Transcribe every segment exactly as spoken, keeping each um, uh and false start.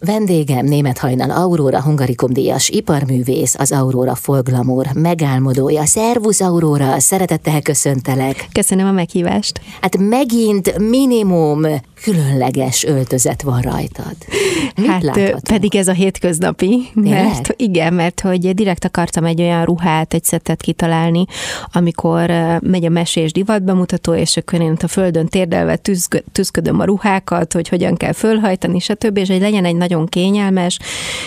Vendégem Németh Hajnal Aurora Hungarikum díjas iparművész, az Aurora Folkglamour megálmodója. Szervusz Aurora, szeretettel köszöntelek. Köszönöm a meghívást. Hát megint minimum különleges öltözet van rajtad. Mit hát láthatunk? Pedig ez a hétköznapi, mert Tényleg? igen, mert hogy direkt akartam egy olyan ruhát, egy szettet kitalálni, amikor megy a mesés divatbemutató, és akkor én a földön térdelve tüzg- tüzködöm a ruhákat, hogy hogyan kell fölhajtani, stb. És hogy legyen egy nagyon kényelmes,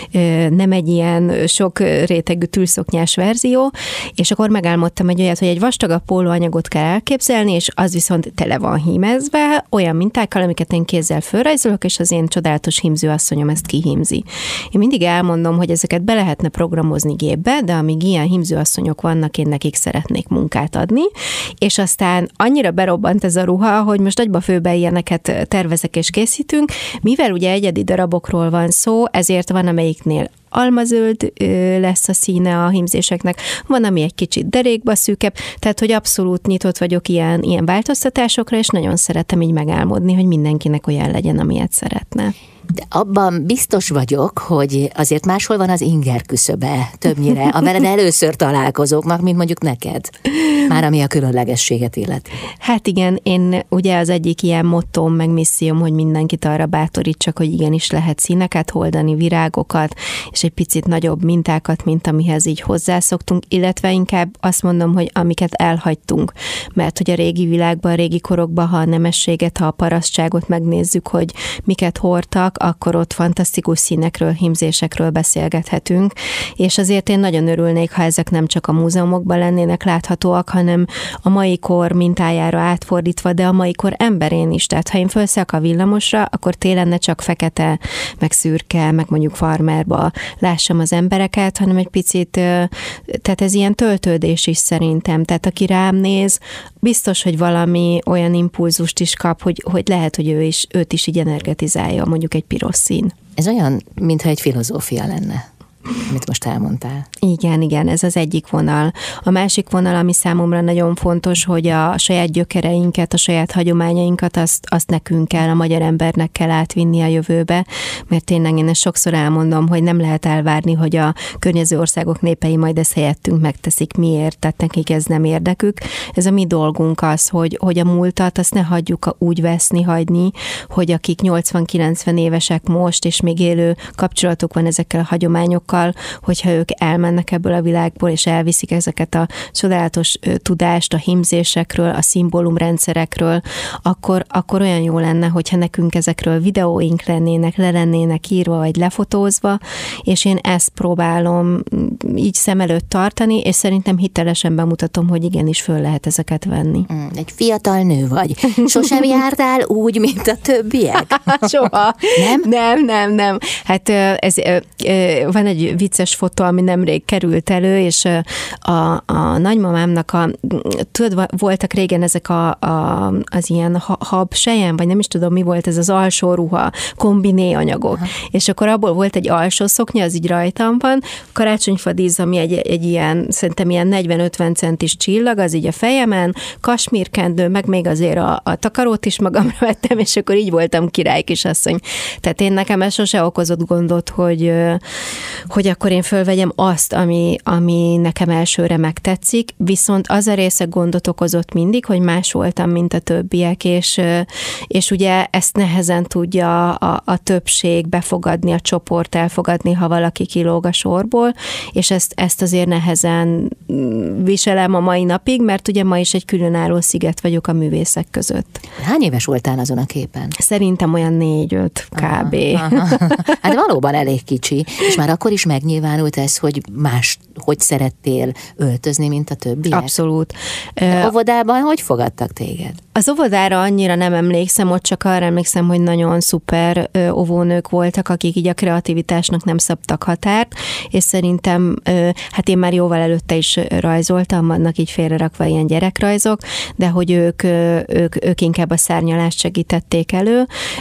nem egy ilyen sok rétegű tűlszoknyás verzió, és akkor megálmodtam egy olyat, hogy egy vastagabb pólóanyagot kell elképzelni, és az viszont tele van hímezve, olyan mintákkal, amiket én kézzel fölrajzolok, és az én csodálatos hímzőasszonyom ezt kihímzi. Én mindig elmondom, hogy ezeket be lehetne programozni gépbe, de amíg ilyen hímzőasszonyok vannak, én nekik szeretnék munkát adni, és aztán annyira berobbant ez a ruha, hogy most agyba főbe ilyeneket tervezek és készítünk, mivel ugye egyedi darabokról van szó, ezért van amelyiknél almazöld lesz a színe a hímzéseknek, van, ami egy kicsit derékba szűkebb, tehát, hogy abszolút nyitott vagyok ilyen, ilyen változtatásokra, és nagyon szeretem így megálmodni, hogy mindenkinek olyan legyen, amilyet szeretne. De abban biztos vagyok, hogy azért máshol van az inger küszöbe többnyire a veled először találkozóknak, mint mondjuk neked. Már ami a különlegességet illeti. Hát igen, én ugye az egyik ilyen mottóm, meg misszióm, hogy mindenkit arra bátorítsak, hogy igenis lehet színeket holdani, virágokat, és egy picit nagyobb mintákat, mint amihez így hozzászoktunk, illetve inkább azt mondom, hogy amiket elhagytunk, mert hogy a régi világban, a régi korokban, ha a nemességet, ha a parasztságot megnézzük, hogy miket hordtak, akkor ott fantasztikus színekről, hímzésekről beszélgethetünk, és azért én nagyon örülnék, ha ezek nem csak a múzeumokban lennének láthatóak, hanem a mai kor mintájára átfordítva, de a mai kor emberén is. Tehát ha én felszállok a villamosra, akkor télen ne csak fekete, meg szürke, meg mondjuk farmerba lássam az embereket, hanem egy picit, tehát ez ilyen töltődés is szerintem. Tehát aki rám néz, biztos, hogy valami olyan impulzust is kap, hogy, hogy lehet, hogy ő is, őt is így energetizálja, mondjuk egy piros szín. Ez olyan, mintha egy filozófia lenne, amit most elmondtál. Igen, igen, ez az egyik vonal. A másik vonal, ami számomra nagyon fontos, hogy a saját gyökereinket, a saját hagyományainkat, azt, azt nekünk kell, a magyar embernek kell átvinni a jövőbe, mert tényleg én ezt sokszor elmondom, hogy nem lehet elvárni, hogy a környező országok népei majd ezt helyettünk megteszik. Miért? Tehát nekik ez nem érdekük. Ez a mi dolgunk az, hogy, hogy a múltat azt ne hagyjuk úgy veszni, hagyni, hogy akik nyolcvan-kilencven évesek most, és még élő kapcsolatuk van ezekkel a hagyományokkal, hogyha ők elmennek ebből a világból, és elviszik ezeket a csodálatos tudást a hímzésekről, a szimbólumrendszerekről, akkor, akkor olyan jó lenne, hogyha nekünk ezekről videóink lennének, le lennének írva, vagy lefotózva, és én ezt próbálom így szem előtt tartani, és szerintem hitelesen bemutatom, hogy igenis föl lehet ezeket venni. Mm, egy fiatal nő vagy. Sosem jártál úgy, mint a többiek? Soha. Nem? Nem, nem, nem. Hát ez, van egy vicces fotó, ami nemrég került elő, és a, a nagymamámnak a, tudod, voltak régen ezek a, a, az ilyen hab sejem, vagy nem is tudom, mi volt ez az alsó ruha, kombiné anyagok. Aha. És akkor abból volt egy alsó szoknya, az így rajtam van, karácsonyfadísz, ami egy, egy ilyen, szerintem ilyen negyven-ötven centis csillag, az így a fejemen, kasmírkendő, meg még azért a, a takarót is magamra vettem, és akkor így voltam király kisasszony. Tehát én nekem ez sose okozott gondot, hogy hogy akkor én fölvegyem azt, ami, ami nekem elsőre megtetszik, viszont az a része gondot okozott mindig, hogy más voltam, mint a többiek, és, és ugye ezt nehezen tudja a, a többség befogadni, a csoport elfogadni, ha valaki kilóg a sorból, és ezt, ezt azért nehezen viselem a mai napig, mert ugye ma is egy különálló sziget vagyok a művészek között. Hány éves voltál azon a képen? Szerintem olyan négy-öt kb. Aha, aha. Hát valóban elég kicsi, és már akkor is megnyilvánult ez, hogy más, hogy szerettél öltözni, mint a többiek? Abszolút. De óvodában hogy fogadtak téged? Az óvodára annyira nem emlékszem, ott csak arra emlékszem, hogy nagyon szuper óvónők voltak, akik így a kreativitásnak nem szabtak határt, és szerintem, hát én már jóval előtte is rajzoltam, vannak így félrerakva ilyen gyerekrajzok, de hogy ők, ők, ők inkább a szárnyalást segítették elő,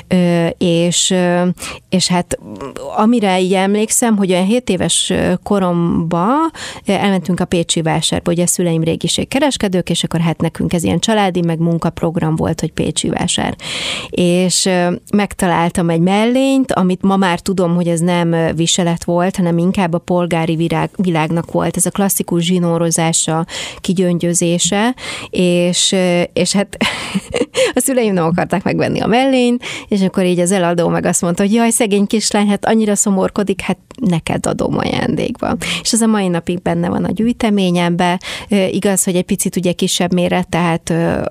és, és hát amire így emlékszem, hogy olyan hét éves koromban elmentünk a pécsi vásárba, ugye a szüleim régiség kereskedők, és akkor hát nekünk ez ilyen családi, meg munkaprogram program volt, hogy Pécsi vásár. És megtaláltam egy mellényt, amit ma már tudom, hogy ez nem viselet volt, hanem inkább a polgári világ, világnak volt. Ez a klasszikus zsinórozása, kigyöngyözése, és, és hát a szüleim nem akarták megvenni a mellényt, és akkor így az eladó meg azt mondta, hogy jaj, szegény kislány, hát annyira szomorkodik, hát neked adom ajándékba. És ez a mai napig benne van a gyűjteményemben. Igaz, hogy egy picit ugye kisebb méret, tehát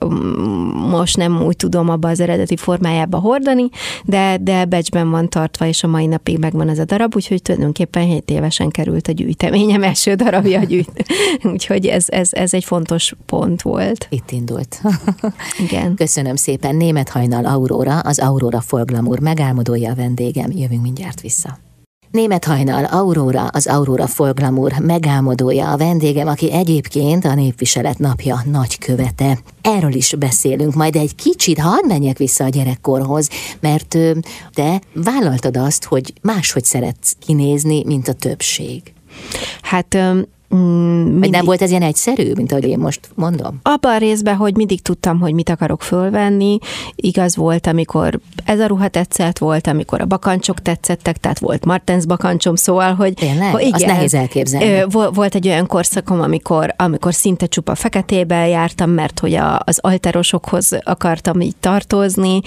most nem úgy tudom abba az eredeti formájába hordani, de, de becsben van tartva, és a mai napig megvan ez a darab, úgyhogy tulajdonképpen hét évesen került a gyűjteményem első darabja a gyűjt. Úgyhogy ez, ez, ez egy fontos pont volt. Itt indult. Igen. Köszönöm szépen. Némethajnal Aurora, az Aurora Folglamour megálmodója a vendégem. Jövünk mindjárt vissza. Némethajnal Aurora, az Aurora Folglamour megálmodója a vendégem, aki egyébként a Népviselet napja nagykövete. Erről is beszélünk, majd egy kicsit, hadd menjek vissza a gyerekkorhoz, mert te vállaltad azt, hogy máshogy szeretsz kinézni, mint a többség. Hát... Mindig... Vagy nem volt ez ilyen egyszerű, mint ahogy én most mondom? Abban a részben, hogy mindig tudtam, hogy mit akarok fölvenni. Igaz volt, amikor ez a ruha tetszett, volt, amikor a bakancsok tetszettek, tehát volt Martens bakancsom, szóval, hogy... Tényleg? Hogy igen, azt nehéz elképzelni. Volt egy olyan korszakom, amikor, amikor szinte csupa feketében jártam, mert hogy a, az alterosokhoz akartam így tartozni,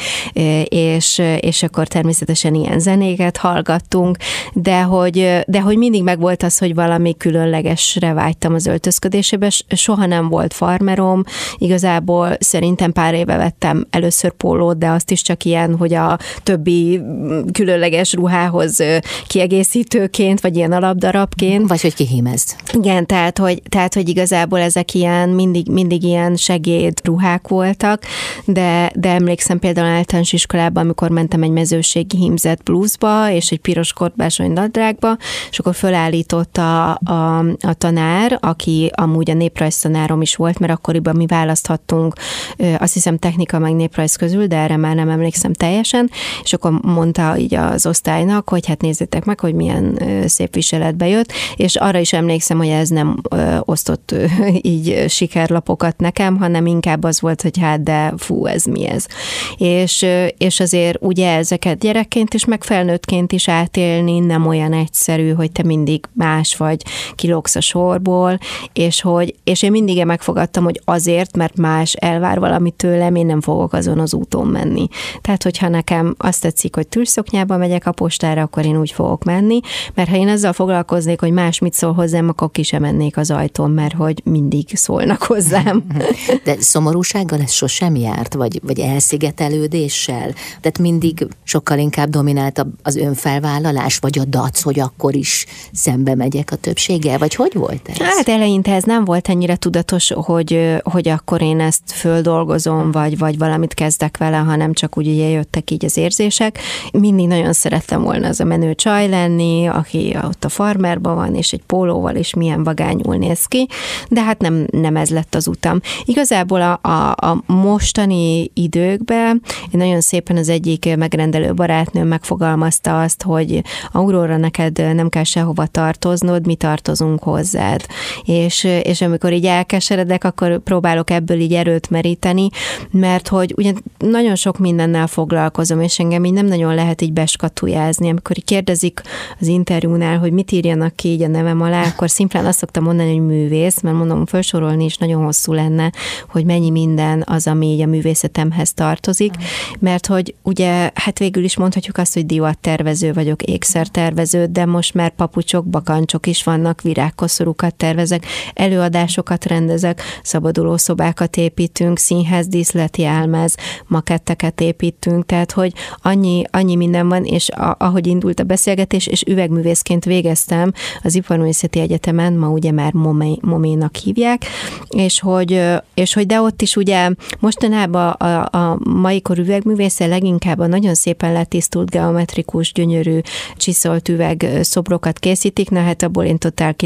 és, és akkor természetesen ilyen zenéket hallgattunk, de hogy, de hogy mindig megvolt az, hogy valami különleges vágytam az öltözködésébe, soha nem volt farmerom, igazából szerintem pár éve vettem először pólót, de azt is csak ilyen, hogy a többi különleges ruhához kiegészítőként, vagy ilyen alapdarabként. Vagy hogy kihímezd. Igen, tehát hogy, tehát, hogy igazából ezek ilyen, mindig, mindig ilyen segédruhák voltak, de, de emlékszem például általános iskolában, amikor mentem egy mezőségi hímzett blúzba, és egy piros kortbásony nadrágba, és akkor fölállította a, a tanár, aki amúgy a néprajztanárom is volt, mert akkoriban mi választhattunk, azt hiszem technika meg néprajz közül, de erre már nem emlékszem teljesen, és akkor mondta így az osztálynak, hogy hát nézzétek meg, hogy milyen szép viseletbe jött, és arra is emlékszem, hogy ez nem osztott így sikerlapokat nekem, hanem inkább az volt, hogy hát de fú, ez mi ez. És, és azért ugye ezeket gyerekként is, meg felnőttként is átélni nem olyan egyszerű, hogy te mindig más vagy, kilógsz a sorból, és, hogy, és én mindig megfogadtam, hogy azért, mert más elvár valamit tőlem, én nem fogok azon az úton menni. Tehát, hogyha nekem azt tetszik, hogy tűzszoknyába megyek a postára, akkor én úgy fogok menni, mert ha én azzal foglalkoznék, hogy más mit szól hozzám, akkor ki sem mennék az ajtón, mert hogy mindig szólnak hozzám. De szomorúsággal ez sosem járt, vagy, vagy elszigetelődéssel? Tehát mindig sokkal inkább dominált az önfelvállalás, vagy a dac, hogy akkor is szembe megyek a többséggel, vagy hogy volt ez? Hát eleinte ez nem volt ennyire tudatos, hogy, hogy akkor én ezt földolgozom, vagy, vagy valamit kezdek vele, hanem csak úgy ugye jöttek így az érzések. Mindig nagyon szerettem volna az a menő csaj lenni, aki ott a farmerban van, és egy pólóval, és milyen vagányul néz ki, de hát nem, nem ez lett az utam. Igazából a, a, a mostani időkben én nagyon szépen az egyik megrendelő barátnőm megfogalmazta azt, hogy Aurora, neked nem kell sehova tartoznod, mi tartozunk hozzád. És, és amikor így elkeseredek, akkor próbálok ebből így erőt meríteni, mert hogy ugye nagyon sok mindennel foglalkozom, és engem így nem nagyon lehet így beskatujázni. Amikor így kérdezik az interjúnál, hogy mit írjanak ki így a nevem alá, akkor szimplán azt szoktam mondani, hogy művész, mert mondom, felsorolni is nagyon hosszú lenne, hogy mennyi minden az, ami így a művészetemhez tartozik, mert hogy ugye, hát végül is mondhatjuk azt, hogy divattervező vagyok, ékszertervező, de most már papucsok, bakancsok is vannak, virágkoszorúkat tervezek, előadásokat rendezek, szabadulószobákat építünk, színházdíszleti álmez, maketteket építünk, tehát hogy annyi, annyi minden van, és a, ahogy indult a beszélgetés, és üvegművészként végeztem az Iparművészeti Egyetemen, ma ugye már momé, moménak hívják, és hogy, és hogy de ott is ugye mostanában a, a mai kor üvegművésze leginkább a nagyon szépen letisztult, geometrikus, gyönyörű, csiszolt üveg szobrokat készítik, na hát abból én totál kilógok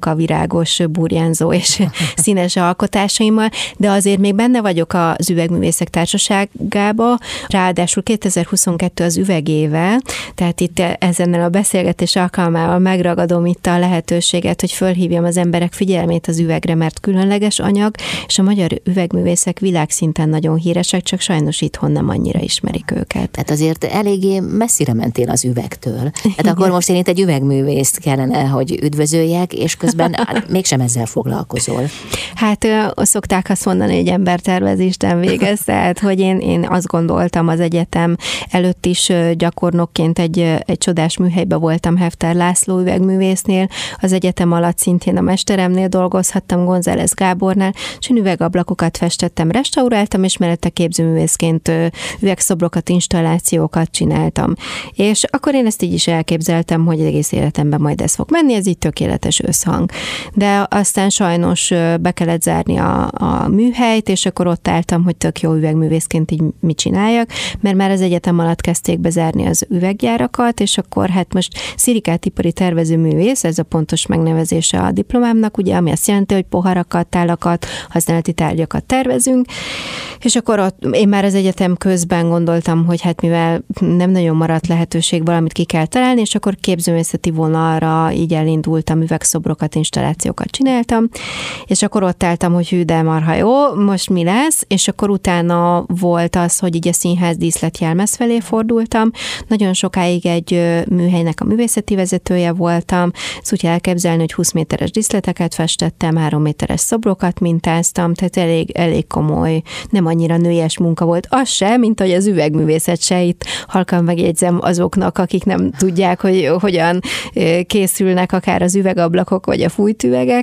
a virágos, burjánzó és színes alkotásaimmal, de azért még benne vagyok az Üvegművészek Társaságába, ráadásul kétezer-huszonkettő az üvegéve, tehát itt ezennel a beszélgetés alkalmával megragadom itt a lehetőséget, hogy fölhívjam az emberek figyelmét az üvegre, mert különleges anyag, és a magyar üvegművészek világszinten nagyon híresek, csak sajnos itthon nem annyira ismerik őket. Tehát azért eléggé messzire mentél az üvegtől. Hát akkor most én itt egy üvegművészt kellene, hogy üdvözöljek, és közben mégsem ezzel foglalkozol. Hát szokták azt mondani, hogy embertervezésten végez, tehát hogy én, én azt gondoltam az egyetem előtt is gyakornokként egy, egy csodás műhelyben voltam Hefter László üvegművésznél, az egyetem alatt szintén a mesteremnél dolgozhattam, González Gábornál, és én üvegablakokat festettem, restauráltam, és mellette képzőművészként üvegszobrokat, installációkat csináltam. És akkor én ezt így is elképzeltem, hogy egész életemben majd ez fog menni, ez így tökéletes összhang. De aztán sajnos be kellett zárni a, a műhelyt, és akkor ott álltam, hogy tök jó üvegművészként így mit csináljak, mert már az egyetem alatt kezdték bezárni az üveggyárakat, és akkor hát most szirikátipari tervezőművész, ez a pontos megnevezése a diplomámnak, ugye, ami azt jelenti, hogy poharakat, tálakat, használati tárgyakat tervezünk, és akkor ott én már az egyetem közben gondoltam, hogy hát mivel nem nagyon maradt lehetőség, valamit ki kell találni, és akkor képzőművészeti vonalra így elindultam, üvegszobrokat, installációkat csináltam, és akkor ott álltam, hogy hű, de marha jó, most mi lesz, és akkor utána volt az, hogy így a színház díszletjelmez felé fordultam. Nagyon sokáig egy műhelynek a művészeti vezetője voltam, ezt úgy elképzelni, hogy húsz méteres díszleteket festettem, három méteres szobrokat mintáztam, tehát elég, elég komoly, nem annyira nőies munka volt. Az se, mint hogy az üvegművészet se, itt halkan megjegyzem azoknak, akik nem tudják, hogy hogyan készülnek akár az üvegablakok, vagy a fújtüvegek,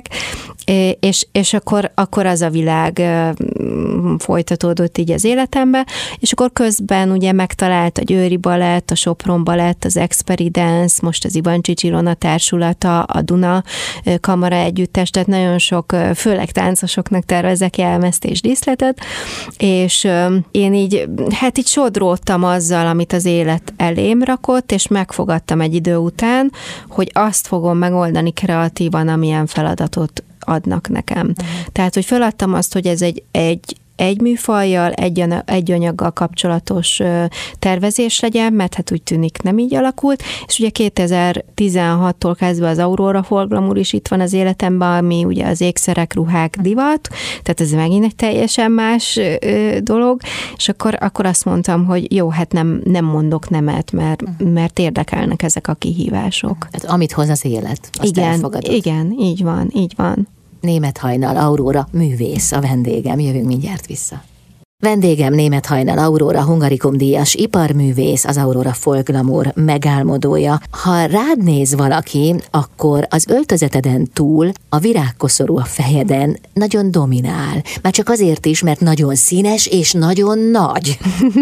és, és akkor, akkor az a világ folytatódott így az életembe, és akkor közben ugye megtalált a Győri Balett, a Sopron Balett, az Experience, most az Ivancsics Ilona társulata, a Duna Kamara Együttes, tehát nagyon sok, főleg táncosoknak tervezek jelmezt és díszletet, és én így, hát így sodródtam azzal, amit az élet elém rakott, és megfogadtam egy idő után, hogy azt fogom megoldani kreatívan, amilyen feladatot adnak nekem. Uh-huh. Tehát, hogy feladtam azt, hogy ez egy, egy egy műfajjal, egy, egy anyaggal kapcsolatos tervezés legyen, mert hát úgy tűnik nem így alakult, és ugye kétezer-tizenhattól kezdve az Aurora Folk Glamour is itt van az életemben, ami ugye az ékszerek, ruhák, divat, tehát ez megint egy teljesen más dolog, és akkor, akkor azt mondtam, hogy jó, hát nem, nem mondok nemet, mert, mert érdekelnek ezek a kihívások. Tehát amit hoz az élet, azt igen, elfogadod. Igen, így van, így van. Németh Hajnal Aurora művész a vendégem, jövünk mindjárt vissza. Vendégem Németh Hajnal Aurora Hungarikum díjas iparművész, az Aurora Folk Glamour megálmodója. Ha rád néz valaki, akkor az öltözeteden túl a virágkoszorú a fejeden nagyon dominál. Már csak azért is, mert nagyon színes és nagyon nagy.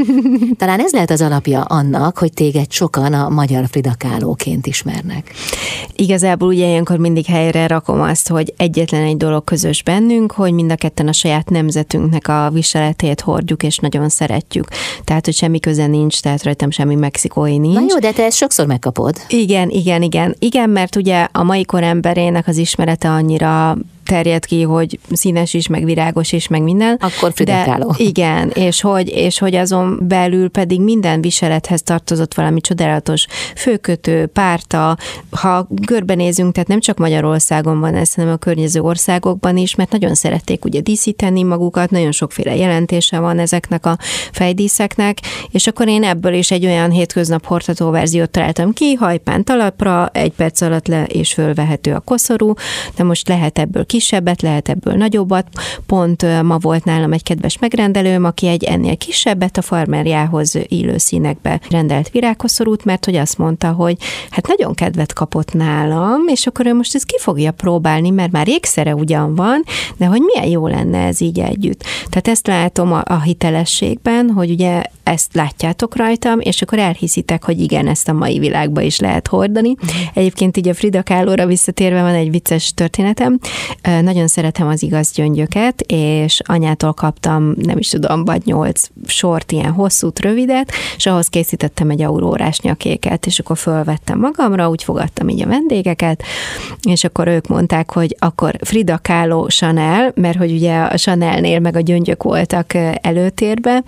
Talán ez lehet az alapja annak, hogy téged sokan a magyar Frida Kahloként ismernek. Igazából ugye ilyenkor mindig helyre rakom azt, hogy egyetlen egy dolog közös bennünk, hogy mind a ketten a saját nemzetünknek a viseletét hordjuk, és nagyon szeretjük. Tehát, hogy semmi köze nincs, tehát rajtam semmi mexikói nincs. Na jó, de te ezt sokszor megkapod. Igen, igen, igen. Igen, mert ugye a mai kor emberének az ismerete annyira terjed ki, hogy színes is, meg virágos is, meg minden. Akkor Frida Kahlo. Igen, és hogy, és hogy azon belül pedig minden viselethez tartozott valami csodálatos főkötő, párta. Ha körbenézünk, tehát nem csak Magyarországon van ez, hanem a környező országokban is, mert nagyon szerették ugye díszíteni magukat, nagyon sokféle jelentése van ezeknek a fejdíszeknek, és akkor én ebből is egy olyan hétköznap hordható verziót találtam ki, hajpán talapra, egy perc alatt le és fölvehető a koszorú, de most lehet ebből kisebbet, lehet ebből nagyobbat. Pont ma volt nálam egy kedves megrendelőm, aki egy ennél kisebbet a farmerjához illő színekbe rendelt virágkoszorút, mert hogy azt mondta, hogy hát nagyon kedvet kapott nálam, és akkor ő most ezt ki fogja próbálni, mert már ékszere ugyan van, de hogy milyen jó lenne ez így együtt. Tehát ezt látom a, a hitelességben, hogy ugye ezt látjátok rajtam, és akkor elhiszitek, hogy igen, ezt a mai világban is lehet hordani. Egyébként így a Frida Kahlóra visszatérve van egy vicces történetem. nagyon szeretem az igaz gyöngyöket, és anyától kaptam, nem is tudom, vagy nyolc sort, ilyen hosszút, rövidet, és ahhoz készítettem egy aurórás nyakéket, és akkor fölvettem magamra, úgy fogadtam így a vendégeket, és akkor ők mondták, hogy akkor Frida Kahlo, Chanel, mert hogy ugye a Chanelnél meg a gyöngyök voltak előtérbe,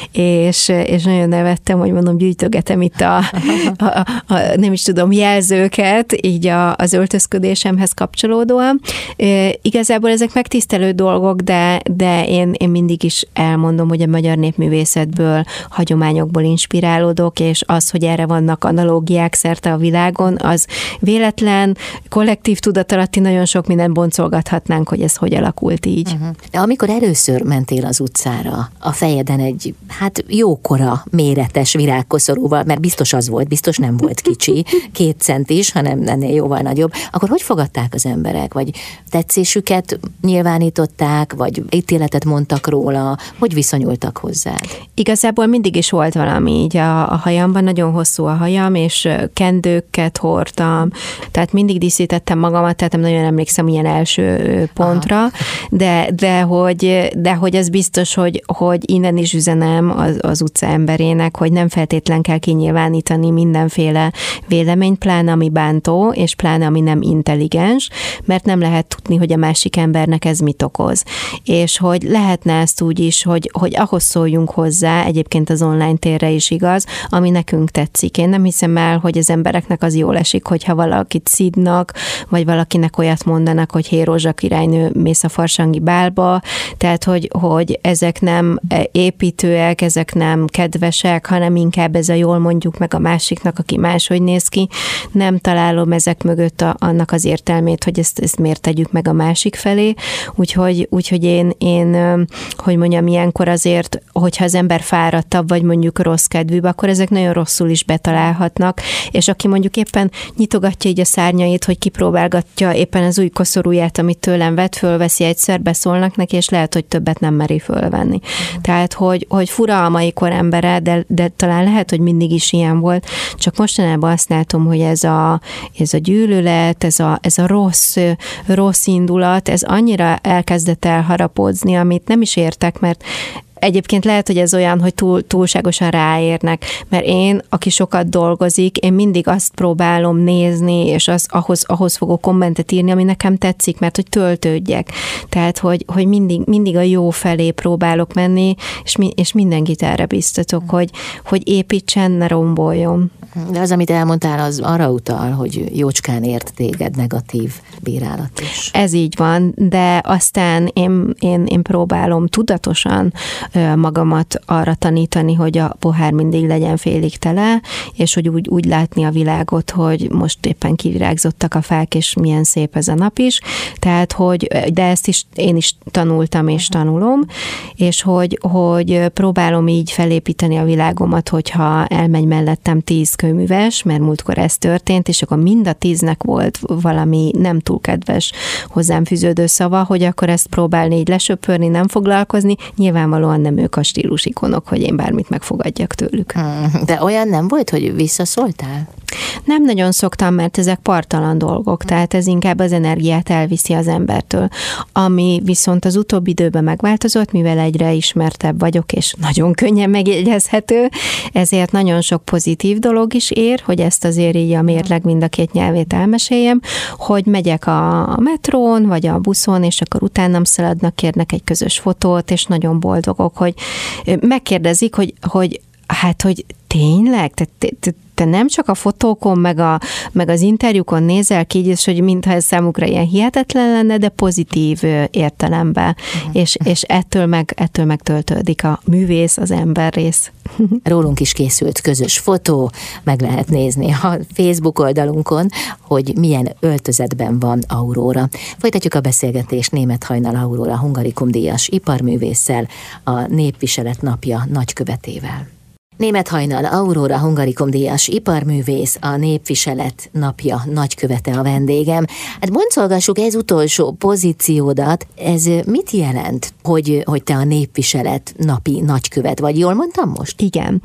és, és nagyon nevettem, hogy mondom, gyűjtögetem itt a, a, a, a nem is tudom, jelzőket, így a, az öltözködésemhez kapcsolódóan. E, igazából ezek megtisztelő dolgok, de, de én, én mindig is elmondom, hogy a magyar népművészetből, hagyományokból inspirálódok, és az, hogy erre vannak analógiák szerte a világon, az véletlen, kollektív tudatalatti nagyon sok mindent boncolgathatnánk, hogy ez hogy alakult így. Uh-huh. De amikor először mentél az utcára, a fejeden egy, hát jókora, méretes virágkoszorúval, mert biztos az volt, biztos nem volt kicsi, két centis, hanem ennél jóval nagyobb, akkor hogy fogadták az emberek? Vagy tetszésüket nyilvánították, vagy ítéletet mondtak róla? Hogy viszonyultak hozzá? Igazából mindig is volt valami így a, a hajamban, nagyon hosszú a hajam, és kendőket hordtam, tehát mindig díszítettem magamat, tehát nem nagyon emlékszem ilyen első pontra, de, de, hogy, de hogy az biztos, hogy, hogy innen is üzenem az, az utca emberének, hogy nem feltétlen kell kinyilvánítani mindenféle véleményt, pláne ami bántó, és pláne ami nem intelligens, mert nem lehet tudni, hogy a másik embernek ez mit okoz. És hogy lehetne ezt úgy is, hogy, hogy ahhoz szóljunk hozzá, egyébként az online térre is igaz, ami nekünk tetszik. Én nem hiszem el, hogy az embereknek az jól esik, hogyha valakit szidnak, vagy valakinek olyat mondanak, hogy hé, Rózsa királynő, mész a farsangi bálba, tehát hogy, hogy ezek nem építőek, ezek nem kedvesek, hanem inkább ez a jól mondjuk meg a másiknak, aki máshogy néz ki. Nem találom ezek mögött a, annak az értelmét, hogy ezt, ezt miért tegyük meg a másik felé. Úgyhogy, úgyhogy én, én, hogy mondjam, ilyenkor azért, hogyha az ember fáradtabb, vagy mondjuk rossz kedvűbb, akkor ezek nagyon rosszul is betalálhatnak, és aki mondjuk éppen nyitogatja így a szárnyait, hogy kipróbálgatja éppen az új koszorúját, amit tőlem vett, fölveszi egyszer, beszólnak neki, és lehet, hogy többet nem meri fölvenni. Mm. Tehát, hogy, hogy fura a mai kor embere, de, de talán lehet, hogy mindig is ilyen volt, csak mostanában azt látom, hogy ez a, ez a gyűlölet, ez a, ez a rossz, rossz indulat, ez annyira elkezdett elharapódzni, amit nem is értek, mert egyébként lehet, hogy ez olyan, hogy túl, túlságosan ráérnek, mert én, aki sokat dolgozik, én mindig azt próbálom nézni, és az, ahhoz, ahhoz fogok kommentet írni, ami nekem tetszik, mert hogy töltődjek. Tehát, hogy, hogy mindig, mindig a jó felé próbálok menni, és, mi, és mindenkit erre biztatok, hogy, hogy építsen, ne romboljon. De az, amit elmondtál, az arra utal, hogy jócskán ért téged negatív bírálat is. Ez így van, de aztán én, én, én próbálom tudatosan magamat arra tanítani, hogy a pohár mindig legyen félig tele, és hogy úgy, úgy látni a világot, hogy most éppen kivirágzottak a fák, és milyen szép ez a nap is. Tehát, hogy, de ezt is én is tanultam és tanulom, és hogy, hogy próbálom így felépíteni a világomat, hogyha elmegy mellettem tíz kőműves, mert múltkor ez történt, és akkor mind a tíznek volt valami nem túl kedves hozzám fűződő szava, hogy akkor ezt próbálni így lesöpörni, nem foglalkozni, nyilvánvalóan nem ők a stílusikonok, hogy én bármit megfogadjak tőlük. De olyan nem volt, hogy visszaszóltál? Nem nagyon szoktam, mert ezek parttalan dolgok, tehát ez inkább az energiát elviszi az embertől. Ami viszont az utóbbi időben megváltozott, mivel egyre ismertebb vagyok, és nagyon könnyen megjegyezhető, ezért nagyon sok pozitív dolog is ér, hogy ezt azért így a mérleg mind a két nyelvét elmeséljem, hogy megyek a metrón, vagy a buszon, és akkor utánam szaladnak, kérnek egy közös fotót, és nagyon boldogok, hogy megkérdezik, hogy, hogy hát, hogy tényleg? Te, te, te, te nem csak a fotókon, meg, a, meg az interjúkon nézel ki, és hogy mintha ez számukra ilyen hihetetlen lenne, de pozitív értelemben, uh-huh. és, és ettől, meg, ettől megtöltődik a művész, az emberrész. Rólunk is készült közös fotó, meg lehet nézni a Facebook oldalunkon, hogy milyen öltözetben van Aurora. Folytatjuk a beszélgetést Németh Hajnal Aurora Hungarikum díjas iparművésszel, a Népviselet napja nagykövetével. Németh Hajnal Aurora Hungarikum díjas iparművész, a Népviselet napja nagykövete a vendégem. Hát boncolgassuk ez utolsó pozíciódat. Ez mit jelent, hogy, hogy te a Népviselet napi nagykövet vagy? Jól mondtam most? Igen.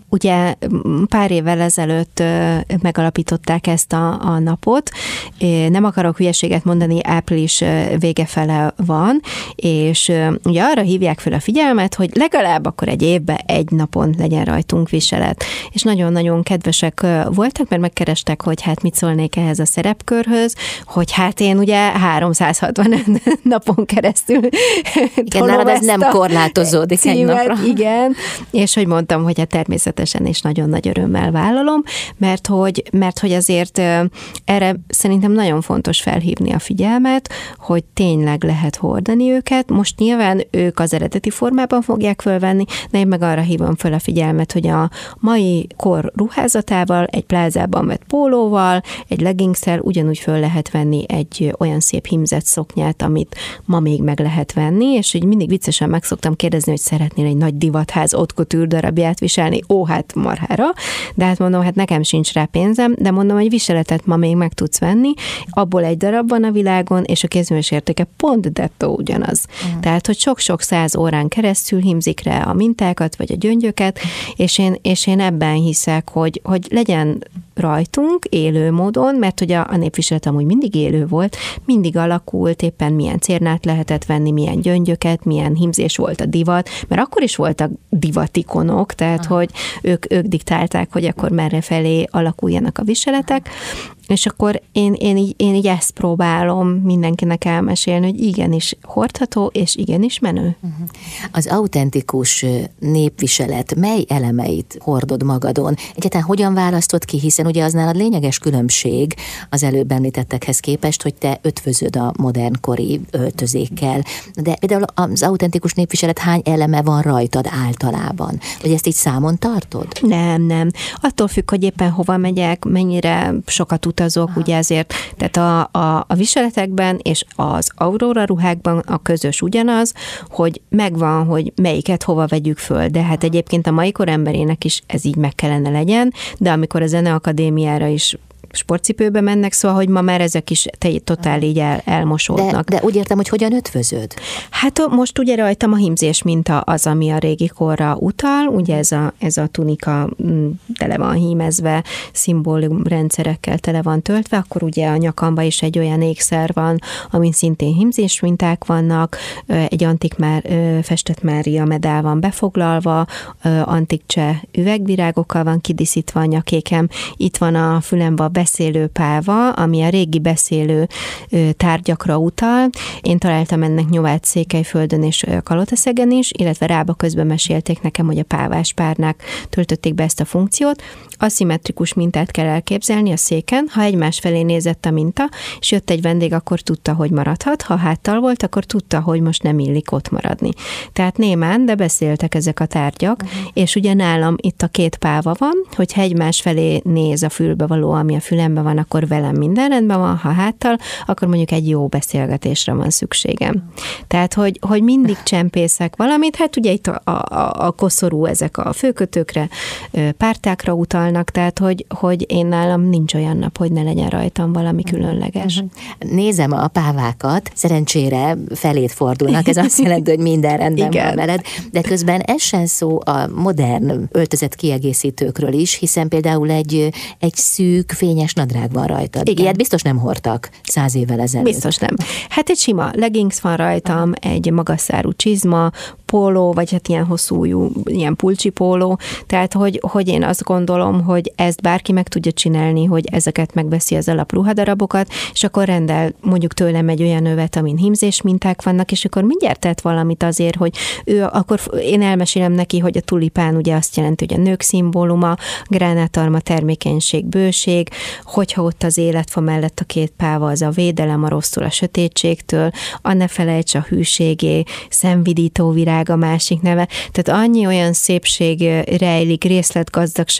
ugye pár évvel ezelőtt megalapították ezt a, a napot, nem akarok hülyeséget mondani, április vége fele van, és ugye arra hívják fel a figyelmet, hogy legalább akkor egy évben egy napon legyen rajtunk viselet. És nagyon-nagyon kedvesek voltak, mert megkerestek, hogy hát mit szólnék ehhez a szerepkörhöz, hogy hát én ugye háromszázhatvan napon keresztül igen, nálad ez nem korlátozódik egy napra. Igen, és hogy mondtam, hogy hát természetesen és nagyon nagy örömmel vállalom, mert hogy, mert hogy azért erre szerintem nagyon fontos felhívni a figyelmet, hogy tényleg lehet hordani őket. Most nyilván ők az eredeti formában fogják fölvenni, de én meg arra hívom föl a figyelmet, hogy a mai kor ruházatával, egy plázában vett pólóval, egy leggingszel ugyanúgy föl lehet venni egy olyan szép hímzett szoknyát, amit ma még meg lehet venni, és így mindig viccesen meg szoktam kérdezni, hogy szeretnél egy nagy divatház haute couture darabját viselni, ó, hát marhára, de hát mondom, hát nekem sincs rá pénzem, de mondom, hogy viseletet ma még meg tudsz venni, abból egy darab van a világon, és a kézműves értéke pont dettó ugyanaz. Mm. Tehát, hogy sok-sok száz órán keresztül hímzik rá a mintákat, vagy a gyöngyöket, és én, és én ebben hiszek, hogy, hogy legyen rajtunk élő módon, mert hogy a, a népviselet amúgy mindig élő volt, mindig alakult, éppen milyen cérnát lehetett venni, milyen gyöngyöket, milyen hímzés volt a divat, mert akkor is voltak divatikonok, tehát ah. hogy ők, ők diktálták, hogy akkor merre felé alakuljanak a viseletek, és akkor én, én, így, én így ezt próbálom mindenkinek elmesélni, hogy igenis hordható, és igenis menő. Az autentikus népviselet mely elemeit hordod magadon? Egyáltalán hogyan választod ki, hiszen ugye az nálad lényeges különbség az előbb említettekhez képest, hogy te ötvözöd a modernkori öltözékkel. De például az autentikus népviselet hány eleme van rajtad általában? Vagy ezt így számon tartod? Nem, nem. Attól függ, hogy éppen hova megyek, mennyire sokat utazok, ugye ezért, tehát a, a, a viseletekben és az Aurora ruhákban a közös ugyanaz, hogy megvan, hogy melyiket hova vegyük föl, de hát egyébként a mai kor emberének is ez így meg kellene legyen, de amikor a Zeneakadémiára is sportcipőbe mennek, szóval, hogy ma már ezek is totál így el, elmosódnak. De, de úgy értem, hogy hogyan ötvözöd? Hát most ugye rajtam a hímzés minta az, ami a régi korra utal, ugye ez a, ez a tunika tele van hímezve, szimbólumrendszerekkel tele van töltve, akkor ugye a nyakamba is egy olyan ékszer van, amin szintén hímzés minták vannak, egy antik már, festett Mária medál van befoglalva, antik cseh üvegvirágokkal van kidíszítve a nyakékem, itt van a fülembe beszélő páva, ami a régi beszélő tárgyakra utal. Én találtam ennek nyomát Székelyföldön és Kalotaszegen is, illetve Rába közben mesélték nekem, hogy a pávás párnák töltötték be ezt a funkciót. Aszimmetrikus mintát kell elképzelni a széken, ha egymás felé nézett a minta, és jött egy vendég, akkor tudta, hogy maradhat, ha háttal volt, akkor tudta, hogy most nem illik ott maradni. Tehát némán, de beszéltek ezek a tárgyak, uh-huh. és ugye nálam itt a két páva van, hogyha egymás felé néz a fülbevaló, ami a fülemben van, akkor velem minden rendben van, ha háttal, akkor mondjuk egy jó beszélgetésre van szükségem. Tehát, hogy, hogy mindig csempészek valamit, hát ugye itt a, a, a koszorú ezek a főkötőkre, pártákra utalnak, tehát, hogy, hogy én nálam nincs olyan nap, hogy ne legyen rajtam valami különleges. Nézem a pávákat, szerencsére felét fordulnak, ez azt jelenti, hogy minden rendben van veled, de közben ez sem szó a modern öltözet kiegészítőkről is, hiszen például egy, egy szűk, fényes nadrág van rajtad. Igen. Ilyet biztos nem hordtak száz évvel ezelőtt. Biztos nem. Hát egy sima leggings van rajtam, egy magasszárú csizma, póló, vagy hát ilyen hosszújú, ilyen pulcsi póló, tehát hogy, hogy én azt gondolom, hogy ezt bárki meg tudja csinálni, hogy ezeket megveszi az alapruhadarabokat, és akkor rendel mondjuk tőlem egy olyan övet, amin hímzés minták vannak, és akkor mindjárt tett valamit azért, hogy ő, akkor én elmesélem neki, hogy a tulipán ugye azt jelenti, hogy a nők szimbóluma, gránátalma, termékenység, bőség, hogyha ott az életfa mellett a két páva, az a védelem a rosszul a sötétségtől, a ne felejts a hűségé, szemvidító virág a másik neve, tehát annyi olyan szépség rejlik, részletgazdagsága a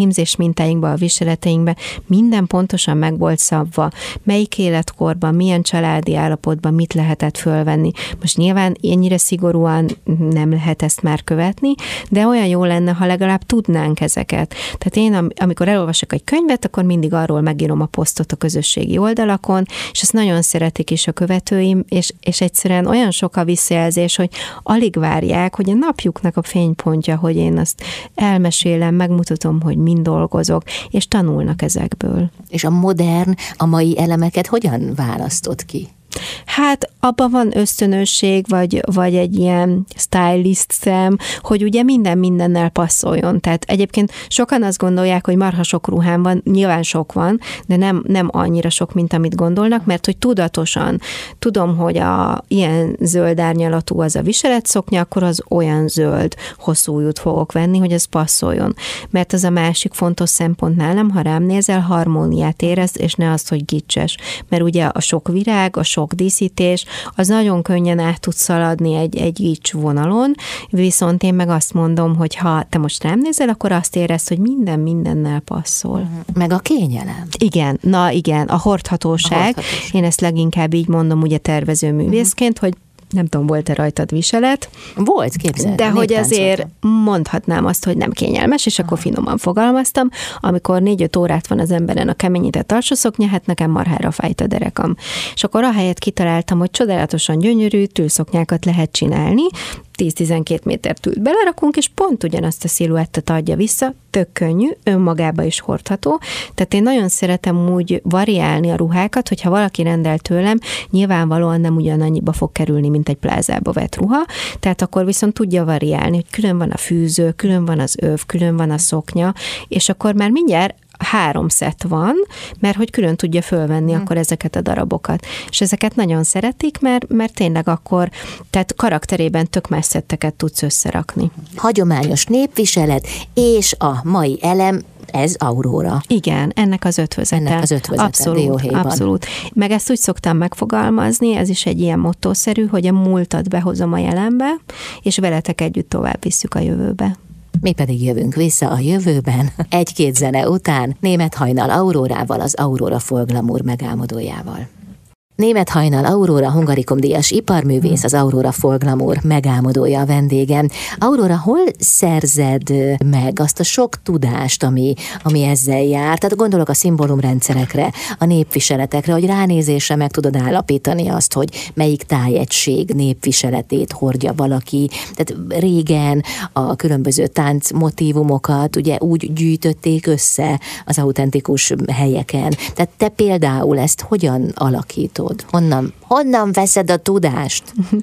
hímzés mintáinkba, a viseleteinkbe minden pontosan meg volt szabva, melyik életkorban, milyen családi állapotban mit lehetett fölvenni. Most nyilván ennyire szigorúan nem lehet ezt már követni, de olyan jó lenne, ha legalább tudnánk ezeket. Tehát én, amikor elolvasok egy könyvet, akkor mindig arról megírom a posztot a közösségi oldalakon, és ezt nagyon szeretik is a követőim, és, és egyszerűen olyan sok a visszajelzés, hogy alig várják, hogy a napjuknak a fénypontja, hogy én azt elmesélem, megmutatom, hogy mind dolgozok, és tanulnak ezekből. És a modern, a mai elemeket hogyan választott ki? Hát abban van ösztönösség, vagy, vagy egy ilyen stylist szem, hogy ugye minden mindennel passzoljon. Tehát egyébként sokan azt gondolják, hogy marha sok ruhám van, nyilván sok van, de nem, nem annyira sok, mint amit gondolnak, mert hogy tudatosan tudom, hogy a ilyen zöld árnyalatú az a viseletszoknya, akkor az olyan zöld hosszú ujjút fogok venni, hogy ez passzoljon. Mert az a másik fontos szempont nálam, ha rám nézel, harmóniát érez, és ne azt, hogy gicses. Mert ugye a sok virág, a sok díszítés, az nagyon könnyen át tud szaladni egy, egy gics vonalon, viszont én meg azt mondom, hogy ha te most rám nézel, akkor azt érezd, hogy minden mindennel passzol. Meg a kényelem. Igen, na igen, a hordhatóság. A hordhatóság. Én ezt leginkább így mondom ugye tervezőművészként, hogy nem tudom, volt-e rajtad viselet? Volt, képzeld. De hogy azért mondhatnám azt, hogy nem kényelmes, és akkor finoman fogalmaztam, amikor négy-öt órát van az emberen a keményített alsószoknya, hát nekem marhára fájt a derekam. És akkor ahelyett kitaláltam, hogy csodálatosan gyönyörű tűlszoknyákat lehet csinálni, tíz-tizenkét méter tűlt belerakunk, és pont ugyanazt a sziluettet adja vissza, tök könnyű, önmagába is hordható. Tehát én nagyon szeretem úgy variálni a ruhákat, hogyha valaki rendel tőlem, nyilvánvalóan nem ugyanannyiba fog kerülni, mint egy plázába vett ruha, tehát akkor viszont tudja variálni, hogy külön van a fűző, külön van az öv, külön van a szoknya, és akkor már mindjárt három szett van, mert hogy külön tudja fölvenni hmm. akkor ezeket a darabokat. És ezeket nagyon szeretik, mert, mert tényleg akkor, tehát karakterében tök más szetteket tudsz összerakni. Hagyományos népviselet és a mai elem, ez Aurora. Igen, ennek az ötvözete. Ennek az ötvözete abszolút, dióhéjban. Abszolút. Meg ezt úgy szoktam megfogalmazni, ez is egy ilyen mottószerű, hogy a múltat behozom a jelenbe, és veletek együtt tovább visszük a jövőbe. Mi pedig jövünk vissza a jövőben, egy-két zene után Németh Hajnal Aurórával, az Aurora Folk Glamour megálmodójával. Németh Hajnal Aurora Hungarikum-díjas iparművész, az Aurora Folk Glamour megálmodója a vendégem. Aurora, hol szerzed meg azt a sok tudást, ami, ami ezzel jár? Tehát gondolok a szimbólumrendszerekre, a népviseletekre, hogy ránézésre meg tudod állapítani azt, hogy melyik tájegység népviseletét hordja valaki. Tehát régen a különböző táncmotívumokat ugye úgy gyűjtötték össze az autentikus helyeken. Tehát te például ezt hogyan alakítod? Honnan, honnan veszed a tudást?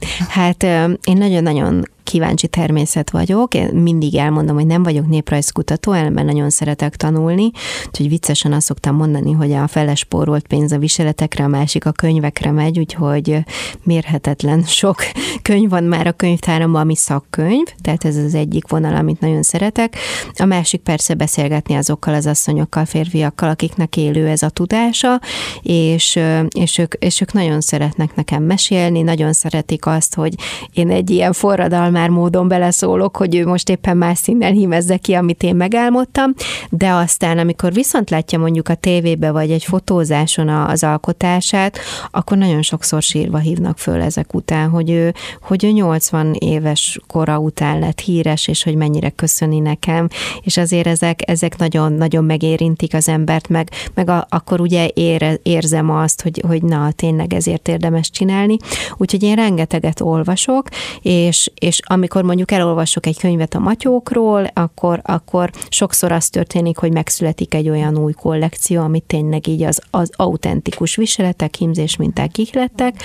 Hát én nagyon-nagyon kíváncsi természet vagyok, én mindig elmondom, hogy nem vagyok néprajzkutató, ellenben nagyon szeretek tanulni, úgyhogy viccesen azt szoktam mondani, hogy a felespórolt pénz a viseletekre, a másik a könyvekre megy, úgyhogy mérhetetlen sok könyv van már a könyvtáramban, ami szakkönyv, tehát ez az egyik vonal, amit nagyon szeretek. A másik persze beszélgetni azokkal az asszonyokkal, férfiakkal, akiknek élő ez a tudása, és, és, ők, és ők nagyon szeretnek nekem mesélni, nagyon szeretik azt, hogy én egy ilyen forradalmi már módon beleszólok, hogy ő most éppen más színnel hímezze ki, amit én megálmodtam, de aztán, amikor viszont látja mondjuk a tévébe, vagy egy fotózáson az alkotását, akkor nagyon sokszor sírva hívnak föl ezek után, hogy ő, hogy ő nyolcvan éves kora után lett híres, és hogy mennyire köszöni nekem, és azért ezek, ezek nagyon, nagyon megérintik az embert, meg, meg a, akkor ugye ér, érzem azt, hogy, hogy na, tényleg ezért érdemes csinálni. Úgyhogy én rengeteget olvasok, és, és amikor mondjuk elolvasok egy könyvet a matyókról, akkor, akkor sokszor az történik, hogy megszületik egy olyan új kollekció, amit tényleg így az, az autentikus viseletek, hímzés minták ihlettek,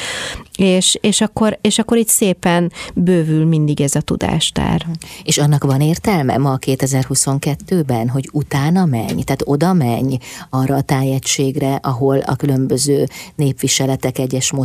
és, és, akkor, és akkor itt szépen bővül mindig ez a tudástár. És annak van értelme ma kétezer-huszonkettőben, hogy utána menj, tehát oda menj arra a tájegységre, ahol a különböző népviseletek, egyes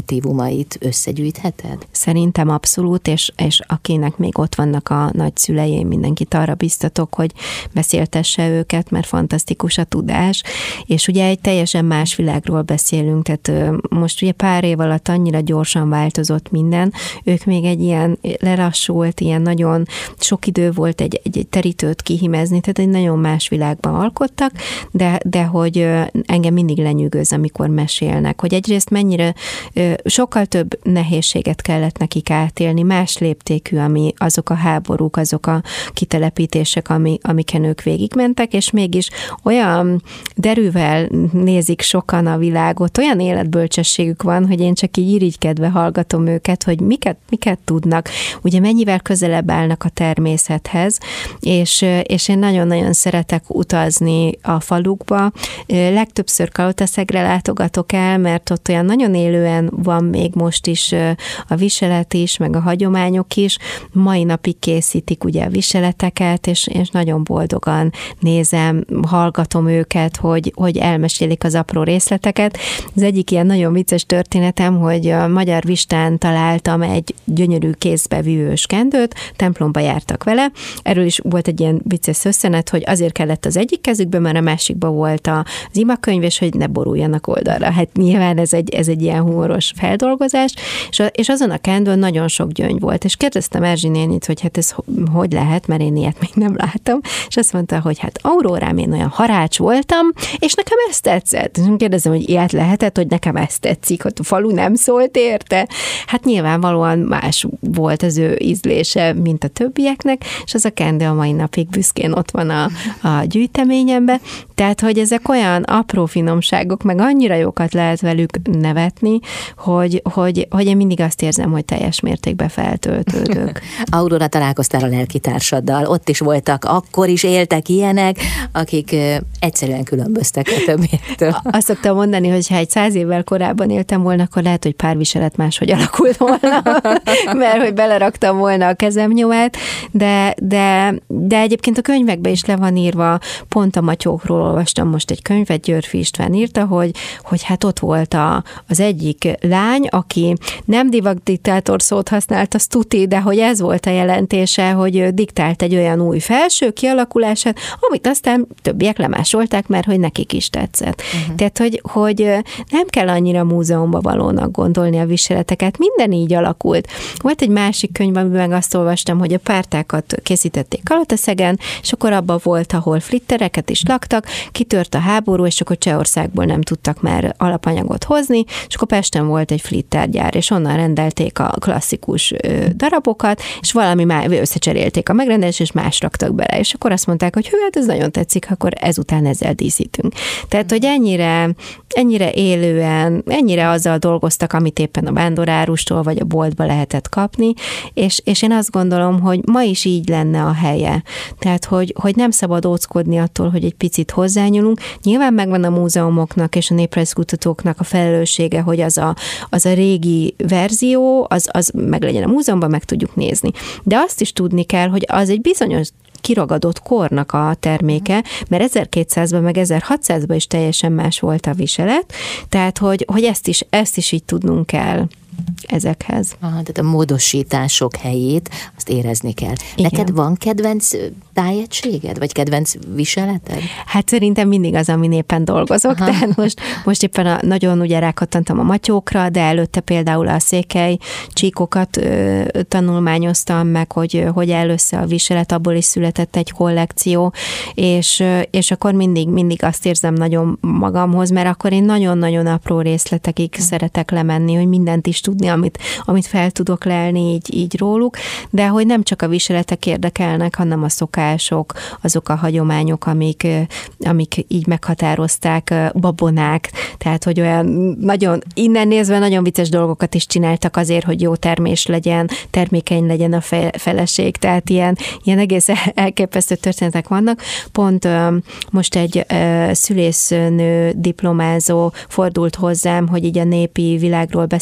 motívumait összegyűjtheted? Szerintem abszolút, és, és akinek még ott vannak a nagyszülei, én mindenkit arra biztatok, hogy beszéltesse őket, mert fantasztikus a tudás, és ugye egy teljesen más világról beszélünk, tehát most ugye pár év alatt annyira gyorsan változott minden, ők még egy ilyen lelassult, ilyen nagyon sok idő volt egy, egy, egy terítőt kihimezni, tehát egy nagyon más világban alkottak, de, de hogy engem mindig lenyűgöz, amikor mesélnek, hogy egyrészt mennyire sokkal több nehézséget kellett nekik átélni, más léptékű, ami azok a háborúk, azok a kitelepítések, ami, amiken ők végigmentek, és mégis olyan derűvel nézik sokan a világot, olyan életbölcsességük van, hogy én csak így irigykedve hallgatom őket, hogy miket, miket tudnak, ugye mennyivel közelebb állnak a természethez, és, és én nagyon-nagyon szeretek utazni a falukba. Legtöbbször Kalotaszegre látogatok el, mert ott olyan nagyon élően van még most is a viselet is, meg a hagyományok is. Mai napig készítik ugye a viseleteket, és, és nagyon boldogan nézem, hallgatom őket, hogy, hogy elmesélik az apró részleteket. Az egyik ilyen nagyon vicces történetem, hogy a Magyar Vistán találtam egy gyönyörű kézbe vívős kendőt, templomba jártak vele. Erről is volt egy ilyen vicces összenet, hogy azért kellett az egyik kezükbe, mert a másikba volt az imakönyv, és hogy ne boruljanak oldalra. Hát nyilván ez egy, ez egy ilyen humoros feldolgozás, és, a, és azon a kendőn nagyon sok gyöngy volt, és kérdeztem Erzsi nénit, hogy hát ez hogy lehet, mert én ilyet még nem láttam, és azt mondta, hogy hát Aurórám, én olyan harács voltam, és nekem ez tetszett. És kérdezem, hogy ilyet lehetett, hogy nekem ez tetszik, hogy a falu nem szólt érte. Hát nyilvánvalóan más volt az ő ízlése, mint a többieknek, és az a kendő a mai napig büszkén ott van a, a gyűjteményemben. Tehát, hogy ezek olyan apró finomságok, meg annyira jókat lehet velük nevetni, hogy, hogy, hogy én mindig azt érzem, hogy teljes mértékben feltöltődök. Aurora, találkoztál a lelkitársaddal, ott is voltak, akkor is éltek ilyenek, akik egyszerűen különböztek a többiektől. Azt szoktam mondani, hogy ha egy száz évvel korábban éltem volna, akkor lehet, hogy pár viselet máshogy alakult volna, mert hogy beleraktam volna a kezem nyomát, de, de, de egyébként a könyvekben is le van írva, pont a matyókról olvastam most egy könyvet, Györfi István írta, hogy, hogy hát ott volt a, az egyik lány, aki nem divatdiktátor szót használt, az tuti, de hogy ez volt a jelentése, hogy diktált egy olyan új felső kialakulását, amit aztán többiek lemásolták, mert hogy nekik is tetszett. Uh-huh. Tehát, hogy, hogy nem kell annyira múzeumba valónak gondolni a viseleteket, minden így alakult. Volt egy másik könyv, amiben azt olvastam, hogy a pártákat készítették Kalotaszegen, és akkor abban volt, ahol flittereket is laktak, kitört a háború, és akkor Csehországból nem tudtak már alapanyagot hozni, és akkor Pesten volt egy flittergyár, és onnan rendelték a klasszikus darabokat, és valami már összecserélték a megrendelést, és más raktak bele, és akkor azt mondták, hogy hű, hát ez nagyon tetszik, akkor ezután ezzel díszítünk. Tehát, hogy ennyire, ennyire élően, ennyire azzal dolgoztak, amit éppen a vándorárustól, vagy a boltba lehetett kapni, és, és én azt gondolom, hogy ma is így lenne a helye. Tehát, hogy, hogy nem szabad óckodni attól, hogy egy picit hozzányúlunk. Nyilván megvan a múzeumoknak és a néprajzkutatóknak a felelőssége, hogy az a, az a régi verzió, az, az meg legyen a múzeumban, meg tudjuk nézni. De azt is tudni kell, hogy az egy bizonyos kiragadott kornak a terméke, mert ezerkétszázban meg ezerhatszázban is teljesen más volt a viselet, tehát hogy, hogy ezt, is, ezt is így tudnunk kell ezekhez. Aha, tehát a módosítások helyét azt érezni kell. Igen. Neked van kedvenc tájegységed, vagy kedvenc viseleted? Hát szerintem mindig az, amin éppen dolgozok, Aha. tehát most, most éppen a, nagyon ugye rákattantam a matyókra, de előtte például a székely csíkokat ö, tanulmányoztam meg, hogy hogy áll össze a viselet, abból is született egy kollekció, és, és akkor mindig, mindig azt érzem nagyon magamhoz, mert akkor én nagyon-nagyon apró részletekig hmm. szeretek lemenni, hogy mindent is tudni, amit, amit fel tudok lelni így, így róluk, de hogy nem csak a viseletek érdekelnek, hanem a szokások, azok a hagyományok, amik, amik így meghatározták, babonák, tehát, hogy olyan nagyon, innen nézve nagyon vicces dolgokat is csináltak azért, hogy jó termés legyen, termékeny legyen a feleség, tehát ilyen, ilyen egész elképesztő történetek vannak. Pont most egy szülésznő diplomázó fordult hozzám, hogy így a népi világról beszélgessünk,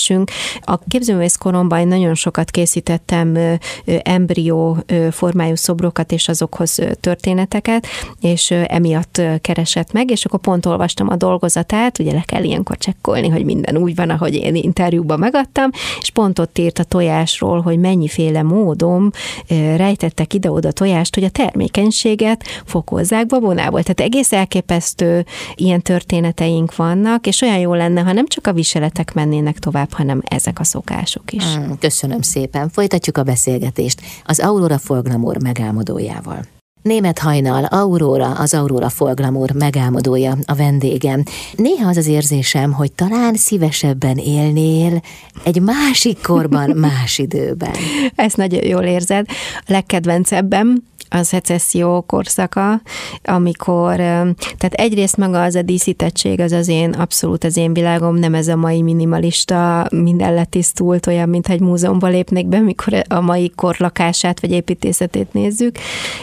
ülhessünk. A képzőművész koromban nagyon sokat készítettem embrió formájú szobrokat és azokhoz történeteket, és emiatt keresett meg, és akkor pont olvastam a dolgozatát, ugye le kell ilyenkor csekkolni, hogy minden úgy van, ahogy én interjúban megadtam, és pont ott írt a tojásról, hogy mennyiféle módon rejtettek ide-oda tojást, hogy a termékenységet fokozzák babonából. Tehát egész elképesztő ilyen történeteink vannak, és olyan jó lenne, ha nem csak a viseletek mennének tovább, hanem ezek a szokások is. Köszönöm szépen. Folytatjuk a beszélgetést az Aurora Folglamour megálmodójával. Németh Hajnal, Aurora, az Aurora Folglamour megálmodója a vendégem. Néha az az érzésem, hogy talán szívesebben élnél egy másik korban, más időben. Ezt nagyon jól érzed. A legkedvencebben a szecesszió korszaka, amikor, tehát egyrészt maga az a díszítettség, az az én, abszolút az én világom, nem ez a mai minimalista, minden letisztult, olyan, mintha egy múzeumba lépnék be, mikor a mai kor lakását vagy építészetét nézzük,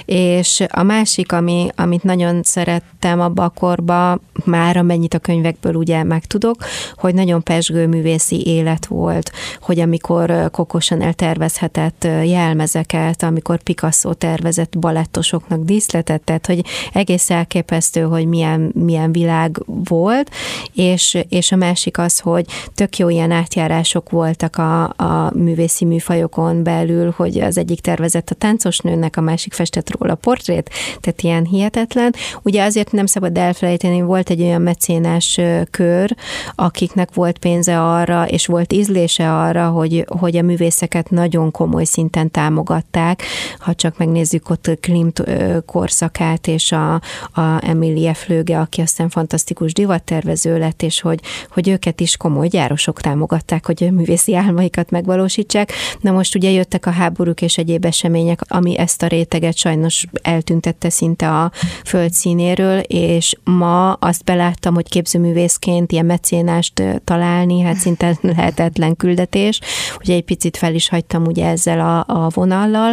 és a másik, ami, amit nagyon szerettem abba a korba, már amennyit a könyvekből ugye megtudok, hogy nagyon pezsgő művészi élet volt, hogy amikor Coco Chanel tervezhetett jelmezeket, amikor Picasso tervezett balettosoknak díszletet, tehát hogy egész elképesztő, hogy milyen, milyen világ volt, és, és a másik az, hogy tök jó ilyen átjárások voltak a, a művészi műfajokon belül, hogy az egyik tervezett a táncosnőnek, a másik festett róla portrét, tehát ilyen hihetetlen. Ugye azért nem szabad elfelejteni, volt egy olyan mecénás kör, akiknek volt pénze arra, és volt ízlése arra, hogy, hogy a művészeket nagyon komoly szinten támogatták. Ha csak megnézzük ott Klimt korszakát, és a, a Emilie Flöge, aki aztán fantasztikus divattervező lett, és hogy, hogy őket is komoly gyárosok támogatták, hogy a művészi álmaikat megvalósítsák. Na most ugye jöttek a háborúk és egyéb események, ami ezt a réteget sajnos eltüntette szinte a földszínéről, és ma azt beláttam, hogy képzőművészként ilyen mecénást találni, hát szinte lehetetlen küldetés, ugye egy picit fel is hagytam ugye ezzel a, a vonallal.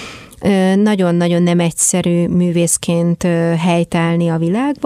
Nagyon-nagyon nem egyszerű művészként helytállni a világba,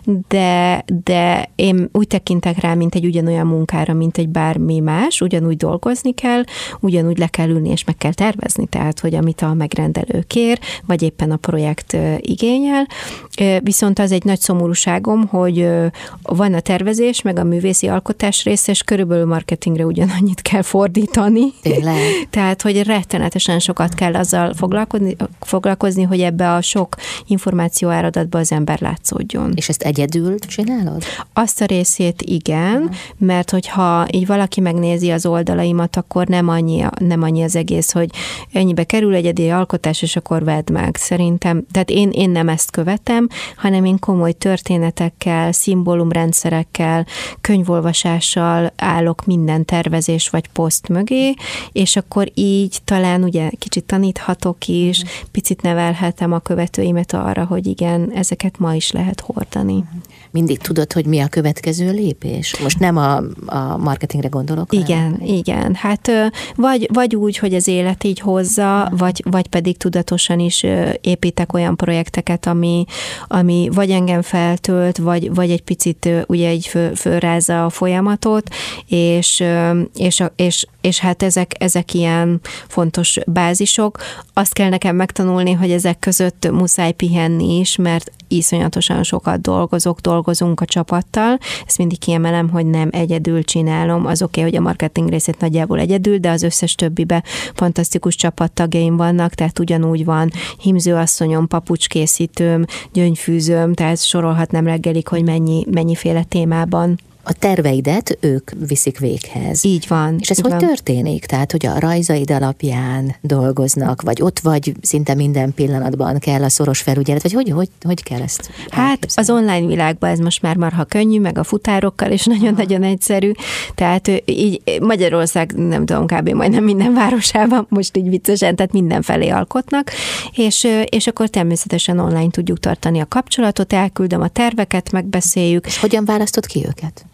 de, de én úgy tekintek rá, mint egy ugyanolyan munkára, mint egy bármi más, ugyanúgy dolgozni kell, ugyanúgy le kell ülni és meg kell tervezni, tehát, hogy amit a megrendelő kér, vagy éppen a projekt igényel. Viszont az egy nagy szomorúságom, hogy van a tervezés, meg a művészi alkotás része, és körülbelül marketingre ugyanannyit kell fordítani. Tényleg. Tehát, hogy rettenetesen sokat kell azzal foglalkozni, foglalkozni, hogy ebbe a sok információ áradatba az ember látszódjon. És ezt egyedül csinálod? Azt a részét igen, mert hogyha így valaki megnézi az oldalaimat, akkor nem annyi, nem annyi az egész, hogy ennyibe kerül egyedi alkotás, és akkor vedd meg. Szerintem, tehát én, én nem ezt követem, hanem én komoly történetekkel, szimbólumrendszerekkel, könyvolvasással állok minden tervezés vagy poszt mögé, és akkor így talán ugye kicsit taníthatok is, és picit nevelhetem a követőimet arra, hogy igen, ezeket ma is lehet hordani. Mindig tudod, hogy mi a következő lépés? Most nem a, a marketingre gondolok. Igen, hanem... igen. Hát vagy, vagy úgy, hogy az élet így hozza, vagy, vagy pedig tudatosan is építek olyan projekteket, ami, ami vagy engem feltölt, vagy, vagy egy picit ugye így föl, fölrázza a folyamatot, és, és, és, és hát ezek, ezek ilyen fontos bázisok. Azt kell nekem megtanulni, hogy ezek között muszáj pihenni is, mert iszonyatosan sokat dolgozok, dolgozunk a csapattal. Ezt mindig kiemelem, hogy nem egyedül csinálom. Az oké, okay, hogy a marketing részét nagyjából egyedül, de az összes többibe fantasztikus csapattagjaim vannak, tehát ugyanúgy van hímzőasszonyom, papucskészítőm, gyöngyfűzőm, tehát sorolhatnám reggelig, hogy mennyi, mennyiféle témában. A terveidet ők viszik véghez. Így van. És ez hogy van. Történik? Tehát, hogy a rajzaid alapján dolgoznak, vagy ott vagy szinte minden pillanatban kell a szoros felügyelet, vagy hogy, hogy, hogy kell ezt Hát elképzelni? Az online világban ez most már marha könnyű, meg a futárokkal, és nagyon-nagyon egyszerű. Tehát így Magyarország, nem tudom, kb. Majdnem minden városában, most így viccesen, tehát mindenfelé alkotnak, és, és akkor természetesen online tudjuk tartani a kapcsolatot, elküldöm a terveket, megbeszéljük. És hogyan választod ki őket?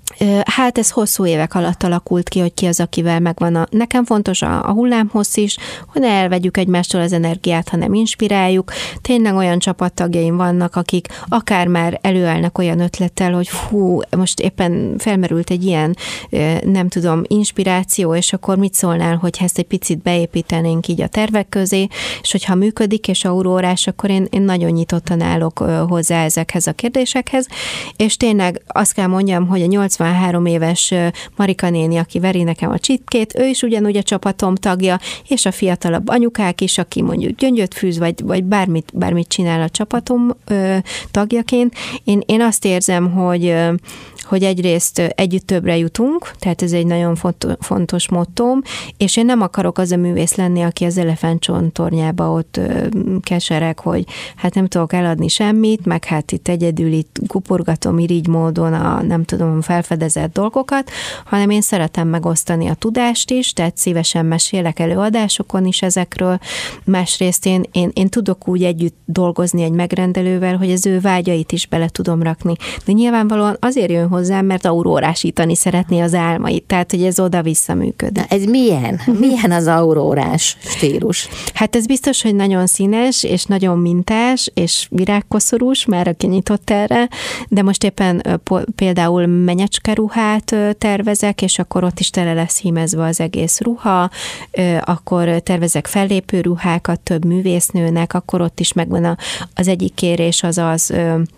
Hát ez hosszú évek alatt alakult ki, hogy ki az, akivel megvan a... Nekem fontos a, a hullámhossz is, hogy ne elvegyük egymástól az energiát, hanem inspiráljuk. Tényleg olyan csapattagjaim vannak, akik akár már előállnak olyan ötlettel, hogy fú, most éppen felmerült egy ilyen, nem tudom, inspiráció, és akkor mit szólnál, hogy ezt egy picit beépítenénk így a tervek közé, és hogyha működik, és aurórás, akkor én, én nagyon nyitottan állok hozzá ezekhez a kérdésekhez, és tényleg azt kell mondjam, hogy a nyolcvanhárom éves Marika néni, aki veri nekem a csipkét, ő is ugyanúgy a csapatom tagja, és a fiatalabb anyukák is, aki mondjuk gyöngyöt fűz, vagy, vagy bármit, bármit csinál a csapatom ö, tagjaként. Én, én azt érzem, hogy hogy egyrészt együtt többre jutunk, tehát ez egy nagyon fontos mottóm, és én nem akarok az a művész lenni, aki az elefántcsontornyába ott kesereg, hogy hát nem tudok eladni semmit, meg hát itt egyedül itt kuporgatom irigy módon a nem tudom felfedezett dolgokat, hanem én szeretem megosztani a tudást is, tehát szívesen mesélek előadásokon is ezekről. Másrészt én, én, én tudok úgy együtt dolgozni egy megrendelővel, hogy az ő vágyait is bele tudom rakni. De nyilvánvalóan azért jön hozzám, mert aurórásítani szeretné az álmait, tehát hogy ez oda-vissza működik. Na, ez milyen? Milyen az aurórás stílus? Hát ez biztos, hogy nagyon színes, és nagyon mintás, és virágkoszorús, már aki nyitott erre, de most éppen például menyecske ruhát tervezek, és akkor ott is tele lesz hímezve az egész ruha, akkor tervezek fellépő ruhákat több művésznőnek, akkor ott is megvan az egyik kérés, az az,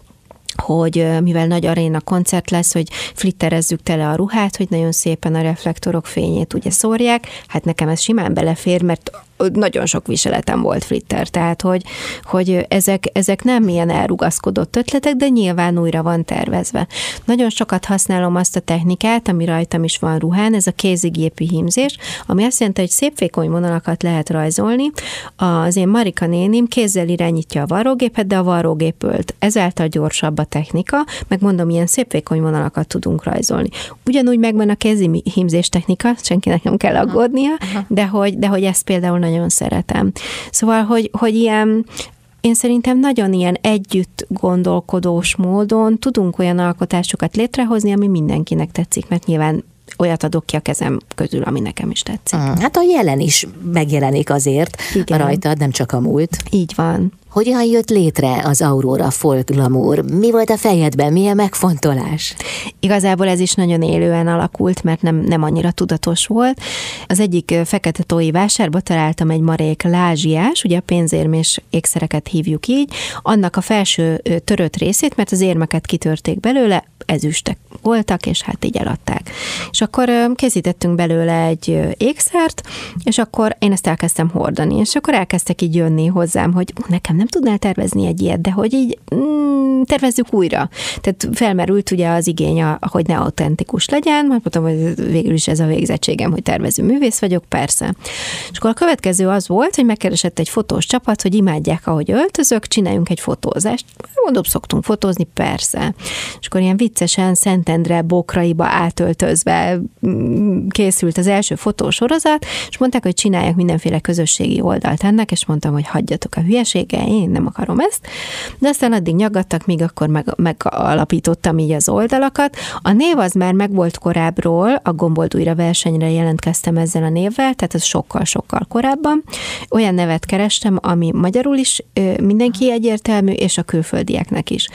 hogy mivel nagy aréna koncert lesz, hogy flitterezzük tele a ruhát, hogy nagyon szépen a reflektorok fényét ugye szórják. Hát nekem ez simán belefér, mert nagyon sok viseletem volt flitter, tehát hogy, hogy ezek, ezek nem ilyen elrugaszkodott ötletek, de nyilván újra van tervezve. Nagyon sokat használom azt a technikát, ami rajtam is van ruhán, ez a kézigépű hímzés, ami azt jelenti, hogy szép vékony vonalakat lehet rajzolni. Az én Marika nénim kézzel irányítja a varrógépet, de a varrógép ölt. Ezáltal gyorsabb a technika, meg mondom, ilyen szép vékony vonalakat tudunk rajzolni. Ugyanúgy megvan a kézi hímzés technika, senkinek nem kell aggódnia, de hogy, de hogy ezt például nagyon szeretem. Szóval, hogy, hogy ilyen, én szerintem nagyon ilyen együtt gondolkodós módon tudunk olyan alkotásokat létrehozni, ami mindenkinek tetszik, mert nyilván olyat adok ki a kezem közül, ami nekem is tetszik. Hát a jelen is megjelenik azért. Igen. Rajtad, nem csak a múlt. Így van. Hogyan jött létre az Aurora Folk Glamour? Mi volt a fejedben? Milyen megfontolás? Igazából ez is nagyon élően alakult, mert nem, nem annyira tudatos volt. Az egyik fekete-tói vásárba találtam egy marék lázsiás, ugye a pénzérmés ékszereket hívjuk így, annak a felső törött részét, mert az érmeket kitörték belőle, ezüstek voltak, és hát így eladták. És akkor készítettünk belőle egy ékszert, és akkor én ezt elkezdtem hordani, és akkor elkezdtek így jönni hozzám, hogy nekem nem tudnál tervezni egy ilyet, de hogy így mm, tervezzük újra. Tehát felmerült ugye az igény, hogy ne autentikus legyen, mert mondtam, hogy végül is ez a végzettségem, hogy tervező művész vagyok, persze. És akkor a következő az volt, hogy megkeresett egy fotós csapat, hogy imádják, ahogy öltözök, csináljunk egy fotózást. Mondom, szoktunk fotózni, persze. És akkor ilyen viccesen Szentendre Bokraiba átöltözve készült az első fotósorozat, és mondták, hogy csinálják mindenféle közösségi oldalt ennek, és mondtam, hogy hagyjatok a hülyeséggel, én nem akarom ezt. De aztán addig nyaggattak, míg akkor meg, megalapítottam így az oldalakat. A név az már megvolt korábbról, a Gomboldújra versenyre jelentkeztem ezzel a névvel, tehát ez sokkal-sokkal korábban. Olyan nevet kerestem, ami magyarul is mindenki egyértelmű, és a külföldieknek is.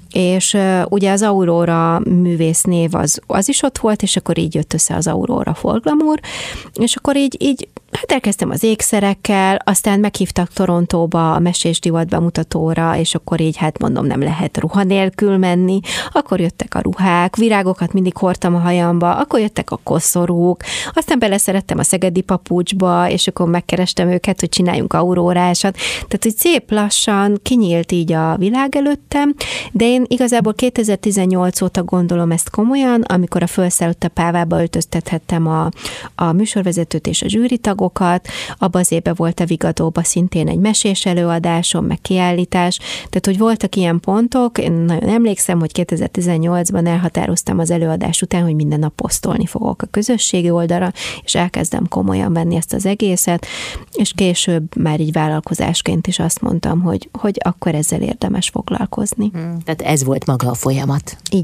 És uh, ugye az Aurora művésznév az, az is ott volt, és akkor így jött össze az Aurora Folk Glamour, és akkor így, így hát elkezdtem az ékszerekkel, aztán meghívtak Torontóba a mesés divat bemutatóra, és akkor így hát mondom, nem lehet ruha nélkül menni, akkor jöttek a ruhák, virágokat mindig hordtam a hajamba, akkor jöttek a koszorúk, aztán beleszerettem a szegedi papucsba, és akkor megkerestem őket, hogy csináljunk aurórásat, tehát hogy szép lassan kinyílt így a világ előttem, de én igazából kétezer-tizennyolc óta gondolom ezt komolyan, amikor a Fölszállott a Pávába öltöztethettem a, a műsorvezetőt és a zsűritagokat, abban az évben volt a Vigadóba szintén egy mesés előadásom, meg kiállítás, tehát hogy voltak ilyen pontok, én nagyon emlékszem, hogy kétezer-tizennyolcban elhatároztam az előadás után, hogy minden nap posztolni fogok a közösségi oldalra, és elkezdem komolyan venni ezt az egészet, és később már így vállalkozásként is azt mondtam, hogy, hogy akkor ezzel érdemes foglalkozni. Hmm, tehát ez volt maga a folyamat. Igen.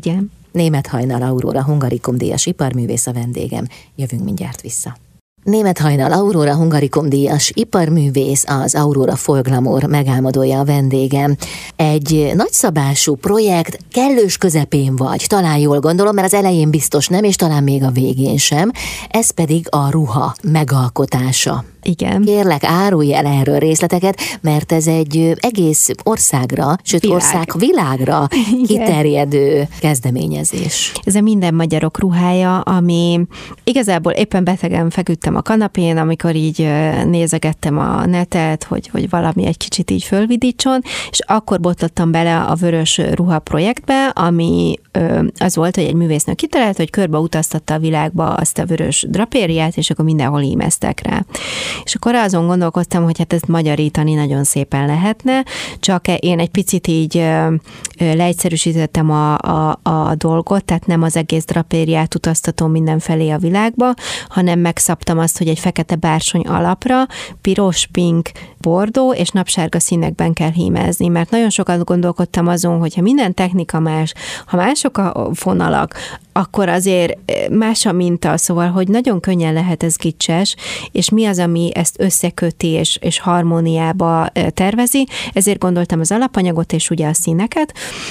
Némethajnal Aurora Hungarikum díjas iparművész a vendégem. Jövünk mindjárt vissza. Némethajnal Aurora Hungarikum díjas iparművész, az Aurora Folkglamour megálmodója a vendégem. Egy nagyszabású projekt kellős közepén vagy, talán jól gondolom, mert az elején biztos nem, és talán még a végén sem. Ez pedig a ruha megalkotása. Igen. Kérlek, árulj el erről részleteket, mert ez egy egész országra, sőt Világ. ország világra kiterjedő kezdeményezés. Ez a minden magyarok ruhája, ami igazából éppen betegen feküdtem a kanapén, amikor így nézegettem a netet, hogy, hogy valami egy kicsit így fölvidítson, és akkor botlottam bele a Vörös Ruha projektbe, ami az volt, hogy egy művésznő kitalált, hogy körbe utaztatta a világba azt a vörös drapériát, és akkor mindenhol ímeztek rá. És akkor azon gondolkodtam, hogy hát ezt magyarítani nagyon szépen lehetne, csak én egy picit így leegyszerűsítettem a, a, a dolgot, tehát nem az egész drapériát utaztatom mindenfelé a világba, hanem megszabtam azt, hogy egy fekete bársony alapra piros, pink, bordó és napsárga színekben kell hímezni, mert nagyon sokat gondolkodtam azon, hogyha minden technika más, ha mások a fonalak, akkor azért más a minta, szóval, hogy nagyon könnyen lehet ez gicses, és mi az, ami ezt összeköti és, és harmóniába tervezi, ezért gondoltam az alapanyagot és ugye a színeket,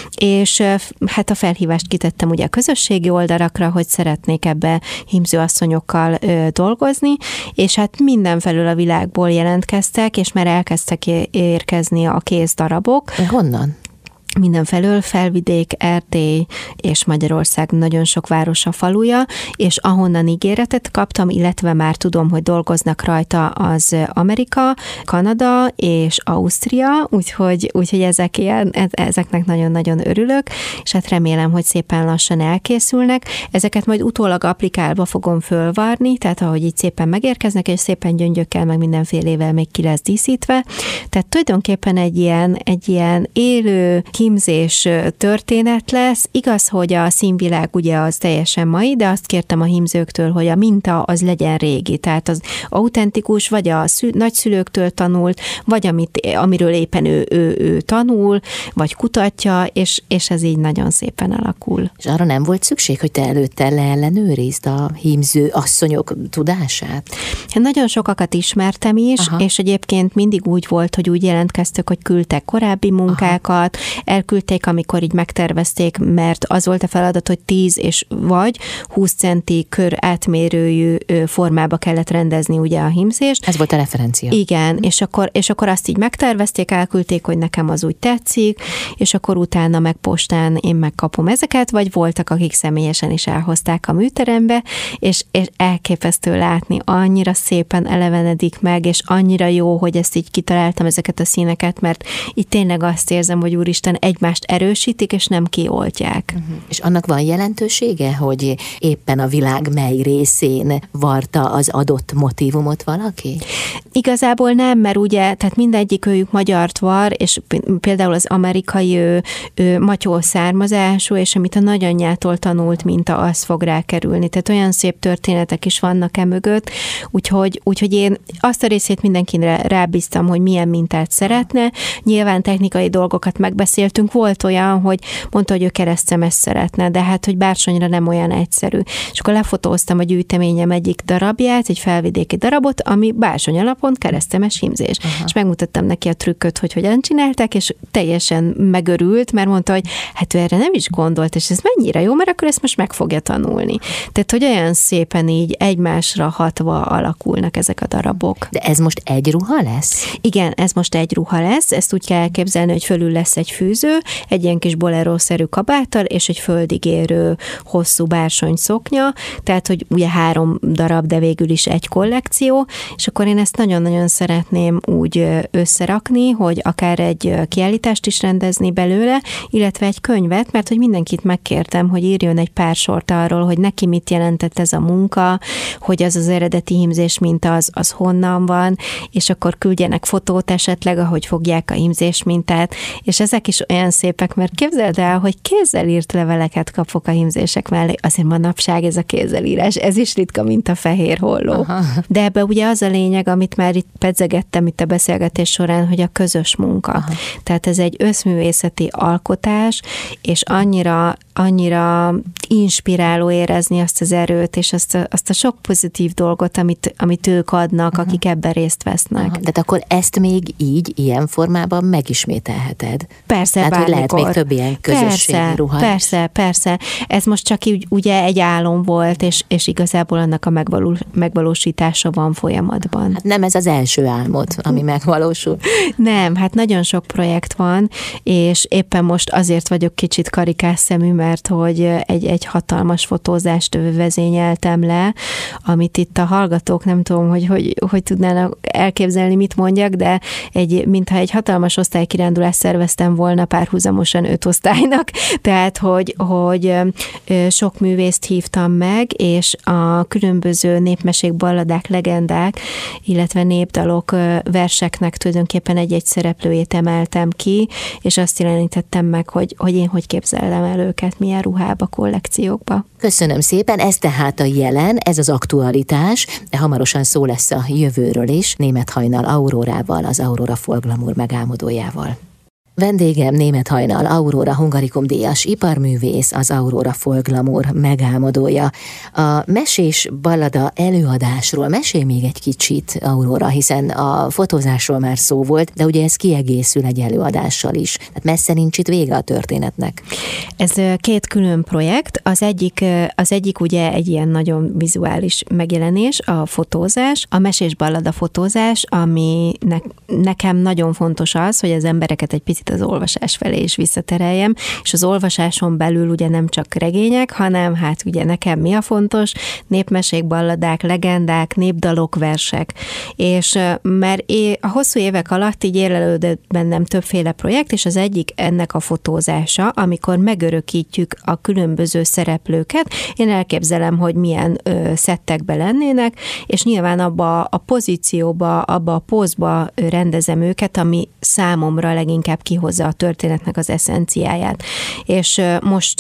és hát a felhívást kitettem ugye a közösségi oldalakra, hogy szeretnék ebbe hímzőasszonyokkal dolgozni, és hát mindenfelül a világból jelentkeztek, és már elkezdtek érkezni a kézdarabok. Honnan? Mindenfelől, Felvidék, Erdély és Magyarország nagyon sok városa, faluja, és ahonnan ígéretet kaptam, illetve már tudom, hogy dolgoznak rajta az Amerika, Kanada és Ausztria, úgyhogy, úgyhogy ezek ilyen, ezeknek nagyon-nagyon örülök, és hát remélem, hogy szépen lassan elkészülnek. Ezeket majd utólag applikálba fogom fölvarni, tehát ahogy így szépen megérkeznek, és szépen gyöngyökkel, meg mindenfélével még ki lesz díszítve. Tehát tulajdonképpen egy ilyen, egy ilyen élő hímzés történet lesz. Igaz, hogy a színvilág ugye az teljesen mai, de azt kértem a hímzőktől, hogy a minta az legyen régi, tehát az autentikus, vagy a szü- nagyszülőktől tanult, vagy amit, amiről éppen ő, ő, ő tanul, vagy kutatja, és, és ez így nagyon szépen alakul. És arra nem volt szükség, hogy te előtte leellenőrizd a hímző asszonyok tudását? Én nagyon sokakat ismertem is, aha, és egyébként mindig úgy volt, hogy úgy jelentkeztek, hogy küldtek korábbi munkákat, aha, elküldték, amikor így megtervezték, mert az volt a feladat, hogy tíz és vagy húsz centi kör átmérőjű formába kellett rendezni ugye a hímzést. Ez volt a referencia. Igen, és akkor, és akkor azt így megtervezték, elküldték, hogy nekem az úgy tetszik, és akkor utána meg postán én megkapom ezeket, vagy voltak, akik személyesen is elhozták a műterembe, és, és elképesztő látni, annyira szépen elevenedik meg, és annyira jó, hogy ezt így kitaláltam ezeket a színeket, mert itt tényleg azt érzem, hogy úristen, egymást erősítik, és nem kioltják. Uh-huh. És annak van jelentősége, hogy éppen a világ mely részén varta az adott motívumot valaki? Igazából nem, mert ugye, tehát mindegyik őjük magyart var, és például az amerikai ő, ő matyó származású, és amit a nagyanyjától tanult minta, az fog rákerülni. Tehát olyan szép történetek is vannak e mögött, úgyhogy, úgyhogy én azt a részét mindenkire rábíztam, hogy milyen mintát szeretne. Nyilván technikai dolgokat megbeszéltünk, volt olyan, hogy mondta, hogy ő keresztszemest szeretne, de hát, hogy bársonyra nem olyan egyszerű. És akkor lefotóztam a gyűjteményem egyik darabját, egy felvidéki darabot, ami bársony alapon keresztszemest hímzés. Aha. És megmutattam neki a trükköt, hogy hogyan csinálták, és teljesen megörült, mert mondta, hogy hát ő erre nem is gondolt, és ez mennyire jó, mert akkor ezt most meg fogja tanulni. Tehát, hogy olyan szépen így egymásra hatva alakulnak ezek a darabok. De ez most egy ruha lesz? Igen, ez most egy ruha lesz, ezt úgy kell elképzelni, hogy fölül lesz egy fűző, egy ilyen kis bolero-szerű kabáttal, és egy földig érő hosszú bársony szoknya, tehát, hogy ugye három darab, de végül is egy kollekció, és akkor én ezt nagyon-nagyon szeretném úgy összerakni, hogy akár egy kiállítást is rendezni belőle, illetve egy könyvet, mert hogy mindenkit megkértem, hogy írjon egy pár sort arról, hogy neki mit jelentett ez a munka, hogy az az eredeti hímzés minta az, az honnan van, és akkor küldjenek fotót esetleg, ahogy fogják a hímzés mintát, és ezek is olyan szépek, mert képzeld el, hogy kézzel írt leveleket kapok a hímzések mellé. Azért manapság ez a kézzelírás, ez is ritka, mint a fehér holló. Aha. De ebbe ugye az a lényeg, amit már itt pedzegettem itt a beszélgetés során, hogy a közös munka. Aha. Tehát ez egy összművészeti alkotás, és annyira, annyira inspiráló érezni azt az erőt, és azt a, azt a sok pozitív dolgot, amit, amit ők adnak, Aha. akik ebben részt vesznek. Aha. De akkor ezt még így, ilyen formában megismételheted? Persze, tehát, bármikor. Hogy lehet még több ilyen közösségi persze, ruha. Persze, persze. Ez most csak így, ugye egy álom volt, és, és igazából annak a megvalós, megvalósítása van folyamatban. Hát nem ez az első álmod, ami megvalósul. Nem, hát nagyon sok projekt van, és éppen most azért vagyok kicsit karikás szemű, mert hogy egy, egy hatalmas fotózást vezényeltem le, amit itt a hallgatók nem tudom, hogy hogy, hogy tudnának elképzelni, mit mondjak, de egy, mintha egy hatalmas osztálykirándulást szerveztem volna párhuzamosan öt osztálynak, tehát hogy, hogy sok művészt hívtam meg, és a különböző népmesék, balladák, legendák, illetve népdalok, verseknek tulajdonképpen egy-egy szereplőjét emeltem ki, és azt jelenítettem meg, hogy, hogy én hogy képzelem el őket, milyen ruhába, kollekciókba. Köszönöm szépen, ez tehát a jelen, ez az aktualitás, de hamarosan szó lesz a jövőről is, Németh-Hajnal Aurórával, az Aurora Folk Glamour megálmodójával. Vendégem Németh-Hajnal Aurora Hungarikum díjas iparművész, az Aurora Folk Glamour megálmodója. A mesés ballada előadásról mesélj még egy kicsit, Aurora, hiszen a fotózásról már szó volt, de ugye ez kiegészül egy előadással is. Tehát messze nincs itt vége a történetnek. Ez két külön projekt. Az egyik, az egyik ugye egy ilyen nagyon vizuális megjelenés, a fotózás, a mesés ballada fotózás, ami ne, nekem nagyon fontos az, hogy az embereket egy picit az olvasás felé is visszatereljem, és az olvasáson belül ugye nem csak regények, hanem hát ugye nekem mi a fontos? Népmesék, balladák, legendák, népdalok, versek. És mert é, a hosszú évek alatt így érlelődött bennem többféle projekt, és az egyik ennek a fotózása, amikor megörökítjük a különböző szereplőket. Én elképzelem, hogy milyen ö, szettekbe lennének, és nyilván abba a pozícióba, abba a pózba rendezem őket, ami számomra leginkább kihozza a történetnek az eszenciáját. És most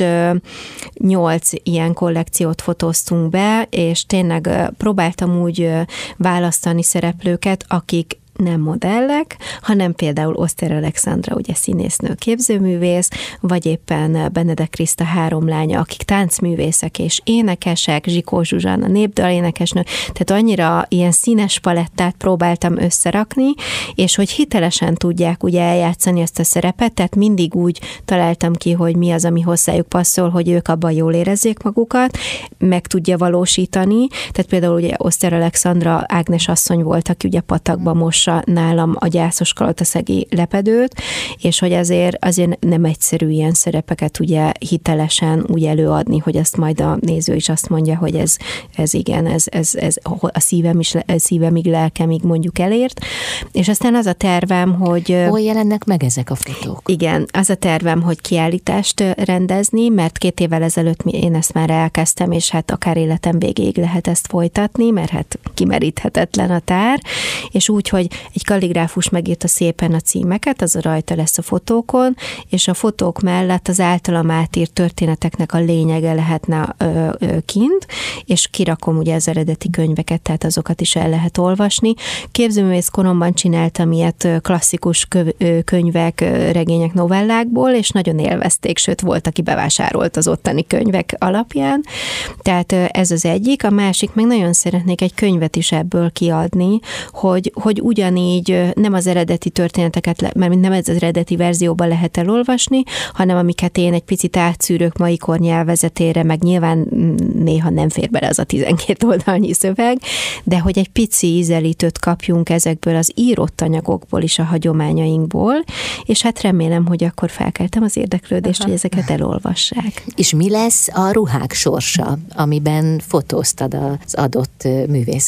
nyolc ilyen kollekciót fotóztunk be, és tényleg próbáltam úgy választani szereplőket, akik nem modellek, hanem például Oszter Alexandra, ugye színésznő, képzőművész, vagy éppen Benedek Kriszta három lánya, akik táncművészek és énekesek, Zsikó Zsuzsanna népdalénekesnő, tehát annyira ilyen színes palettát próbáltam összerakni, és hogy hitelesen tudják ugye eljátszani ezt a szerepet, tehát mindig úgy találtam ki, hogy mi az, ami hozzájuk passzol, hogy ők abban jól érezzék magukat, meg tudja valósítani, tehát például ugye Oszter Alexandra Ágnes asszony volt, aki ugye patakban most nálam a gyászos kalotaszegi lepedőt, és hogy azért, azért nem egyszerű ilyen szerepeket ugye hitelesen úgy előadni, hogy azt majd a néző is azt mondja, hogy ez, ez igen, ez, ez, ez a szívem is, szívemig, lelkemig mondjuk elért. És aztán az a tervem, hogy... Hol jelennek meg ezek a fotók? Igen, az a tervem, hogy kiállítást rendezni, mert két évvel ezelőtt én ezt már elkezdtem, és hát akár életem végéig lehet ezt folytatni, mert hát kimeríthetetlen a tár, és úgy, hogy egy kalligráfus megírta szépen a címeket, az a rajta lesz a fotókon, és a fotók mellett az általam átírt történeteknek a lényege lehetne ö, ö, kint, és kirakom ugye az eredeti könyveket, tehát azokat is el lehet olvasni. Képzőművész koromban csináltam ilyet klasszikus köv, ö, könyvek, ö, regények, novellákból, és nagyon élvezték, sőt volt, aki bevásárolt az ottani könyvek alapján. Tehát ö, ez az egyik, a másik meg nagyon szeretnék egy könyvet is ebből kiadni, hogy, hogy ugyan ugyanígy nem az eredeti történeteket, mert nem ez az eredeti verzióban lehet elolvasni, hanem amiket én egy picit átszűrök mai kor nyelvezetére, meg nyilván néha nem fér bele az a tizenkét oldalnyi szöveg, de hogy egy pici ízelítőt kapjunk ezekből az írott anyagokból is, a hagyományainkból, és hát remélem, hogy akkor felkeltem az érdeklődést, Aha. hogy ezeket elolvassák. És mi lesz a ruhák sorsa, amiben fotóztad az adott művészek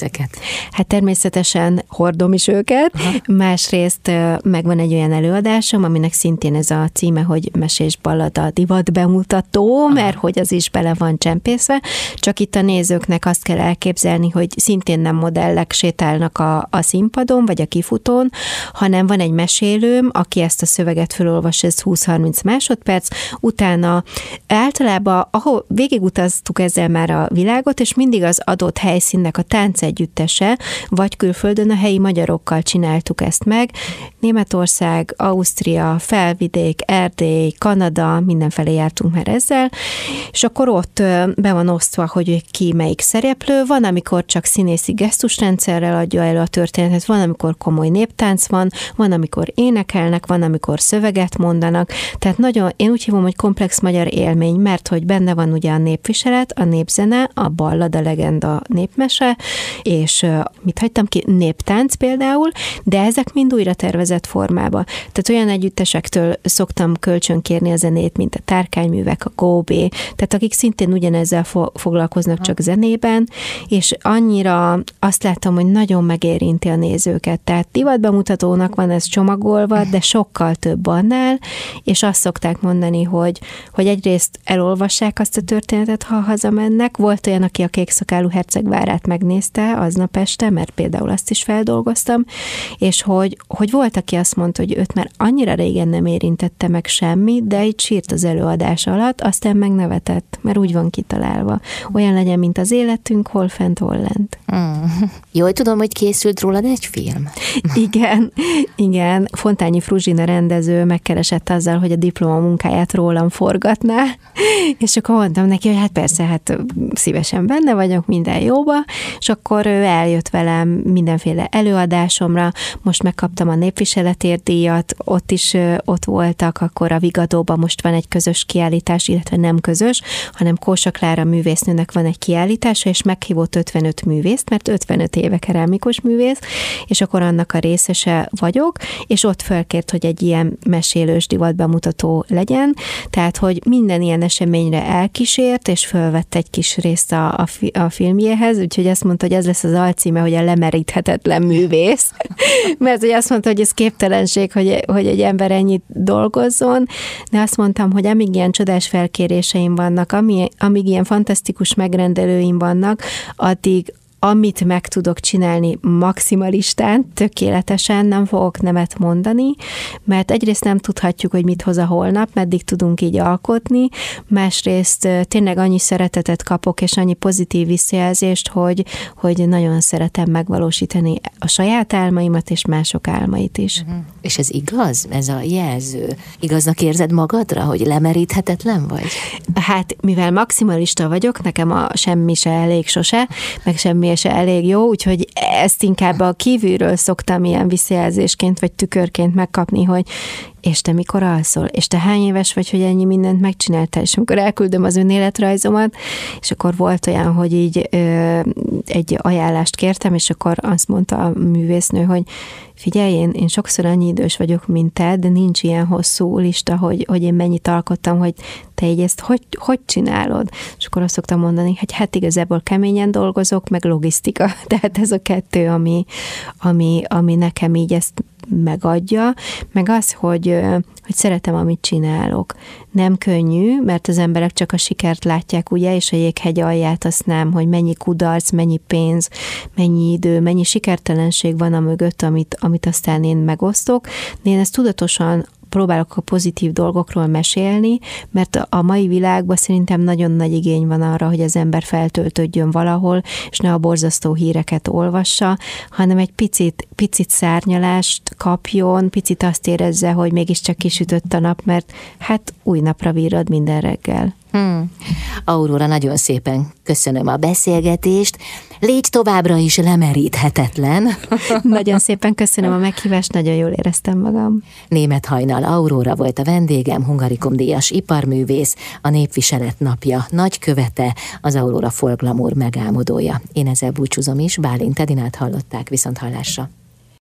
művészeket? Hát természetesen hordom is őket, aha. Másrészt megvan egy olyan előadásom, aminek szintén ez a címe, hogy Mesés ballada divat bemutató, aha. mert hogy az is bele van csempészve, csak itt a nézőknek azt kell elképzelni, hogy szintén nem modellek sétálnak a, a színpadon, vagy a kifutón, hanem van egy mesélőm, aki ezt a szöveget felolvas, ez húsz-harminc másodperc, utána általában, ahol végigutaztuk ezzel már a világot, és mindig az adott helyszínnek a táncegyüttese, vagy külföldön a helyi magyarokkal csináltuk ezt meg. Németország, Ausztria, Felvidék, Erdély, Kanada, mindenfelé jártunk már ezzel, és akkor ott be van osztva, hogy ki melyik szereplő, van, amikor csak színészi gesztusrendszerrel adja elő a történetet, van, amikor komoly néptánc van, van, amikor énekelnek, van, amikor szöveget mondanak, tehát nagyon, én úgy hívom, hogy komplex magyar élmény, mert hogy benne van ugye a népviselet, a népzene, a ballad, a legenda, népmese, és mit hagytam ki? Néptánc például, de ezek mind újra tervezett formába. Tehát olyan együttesektől szoktam kölcsönkérni a zenét, mint a Tárkányművek, a Góbé, tehát akik szintén ugyanezzel fo- foglalkoznak, csak zenében, és annyira azt látom, hogy nagyon megérinti a nézőket. Tehát divatbemutatónak van ez csomagolva, de sokkal több annál, és azt szokták mondani, hogy, hogy egyrészt elolvassák azt a történetet, ha hazamennek. Volt olyan, aki a Kékszakálú hercegvárát megnézte aznap este, mert például azt is feldolgoztam, és hogy, hogy volt, aki azt mondta, hogy őt már annyira régen nem érintette meg semmi, de így sírt az előadás alatt, aztán megnevetett, mert úgy van kitalálva. Olyan legyen, mint az életünk, hol fent, hol lent. Mm. Jól tudom, hogy készült rólad egy film. Igen, igen. Fontányi Fruzsina rendező megkeresett azzal, hogy a diplomamunkáját rólam forgatná, és akkor mondtam neki, hogy hát persze, hát szívesen benne vagyok, minden jóba, és akkor ő eljött velem mindenféle előadásomra, most megkaptam a népviseletért díjat, ott is ott voltak, akkor a Vigadóban most van egy közös kiállítás, illetve nem közös, hanem Kósa Klára művésznőnek van egy kiállítása, és meghívott ötvenöt művészt, mert ötvenöt éve kerámikus művész, és akkor annak a részese vagyok, és ott felkért, hogy egy ilyen mesélős divatbemutató legyen, tehát, hogy minden ilyen eseményre elkísért, és fölvett egy kis részt a, a, fi, a filmjéhez, úgyhogy azt mondta, hogy ez lesz az alcíme, hogy a lemeríthetetlen művész, mert hogy azt mondta, hogy ez képtelenség, hogy, hogy egy ember ennyit dolgozzon, de azt mondtam, hogy amíg ilyen csodás felkéréseim vannak, amíg, amíg ilyen fantasztikus megrendelőim vannak, addig amit meg tudok csinálni maximalistán, tökéletesen, nem fogok nemet mondani, mert egyrészt nem tudhatjuk, hogy mit hoz a holnap, meddig tudunk így alkotni, másrészt tényleg annyi szeretetet kapok, és annyi pozitív visszajelzést, hogy, hogy nagyon szeretem megvalósítani a saját álmaimat, és mások álmait is. Uh-huh. És ez igaz? Ez a jelző? Igaznak érzed magadra, hogy lemeríthetetlen vagy? Hát, mivel maximalista vagyok, nekem a semmi se elég sose, meg semmi se elég jó, úgyhogy ezt inkább a kívülről szoktam ilyen visszajelzésként, vagy tükörként megkapni, hogy és te mikor alszol? És te hány éves vagy, hogy ennyi mindent megcsináltál? És amikor elküldöm az önéletrajzomat, és akkor volt olyan, hogy így ö, egy ajánlást kértem, és akkor azt mondta a művésznő, hogy figyelj, én, én sokszor annyi idős vagyok, mint te, de nincs ilyen hosszú lista, hogy, hogy én mennyit alkottam, hogy te így ezt hogy, hogy csinálod? És akkor azt szoktam mondani, hogy hát igazából keményen dolgozok, meg logisztika. Tehát ez a kettő, ami, ami, ami nekem így ezt megadja, meg az, hogy, hogy szeretem, amit csinálok. Nem könnyű, mert az emberek csak a sikert látják, ugye, és a jéghegy alját azt nem, hogy mennyi kudarc, mennyi pénz, mennyi idő, mennyi sikertelenség van a mögött, amit, amit aztán én megosztok. De én ezt tudatosan próbálok a pozitív dolgokról mesélni, mert a mai világban szerintem nagyon nagy igény van arra, hogy az ember feltöltődjön valahol, és ne a borzasztó híreket olvassa, hanem egy picit, picit szárnyalást kapjon, picit azt érezze, hogy mégiscsak kisütött a nap, mert hát új napra virrad minden reggel. Hmm. Aurora, nagyon szépen köszönöm a beszélgetést. Légy továbbra is lemeríthetetlen. Nagyon szépen köszönöm a meghívást, nagyon jól éreztem magam. Némethajnal Aurora volt a vendégem, Hungarikum díjas iparművész, a Népviselet napja nagykövete, az Aurora Folk Glamour megálmodója. Én ezzel búcsúzom is, Bálint Edinát hallották, viszont hallásra.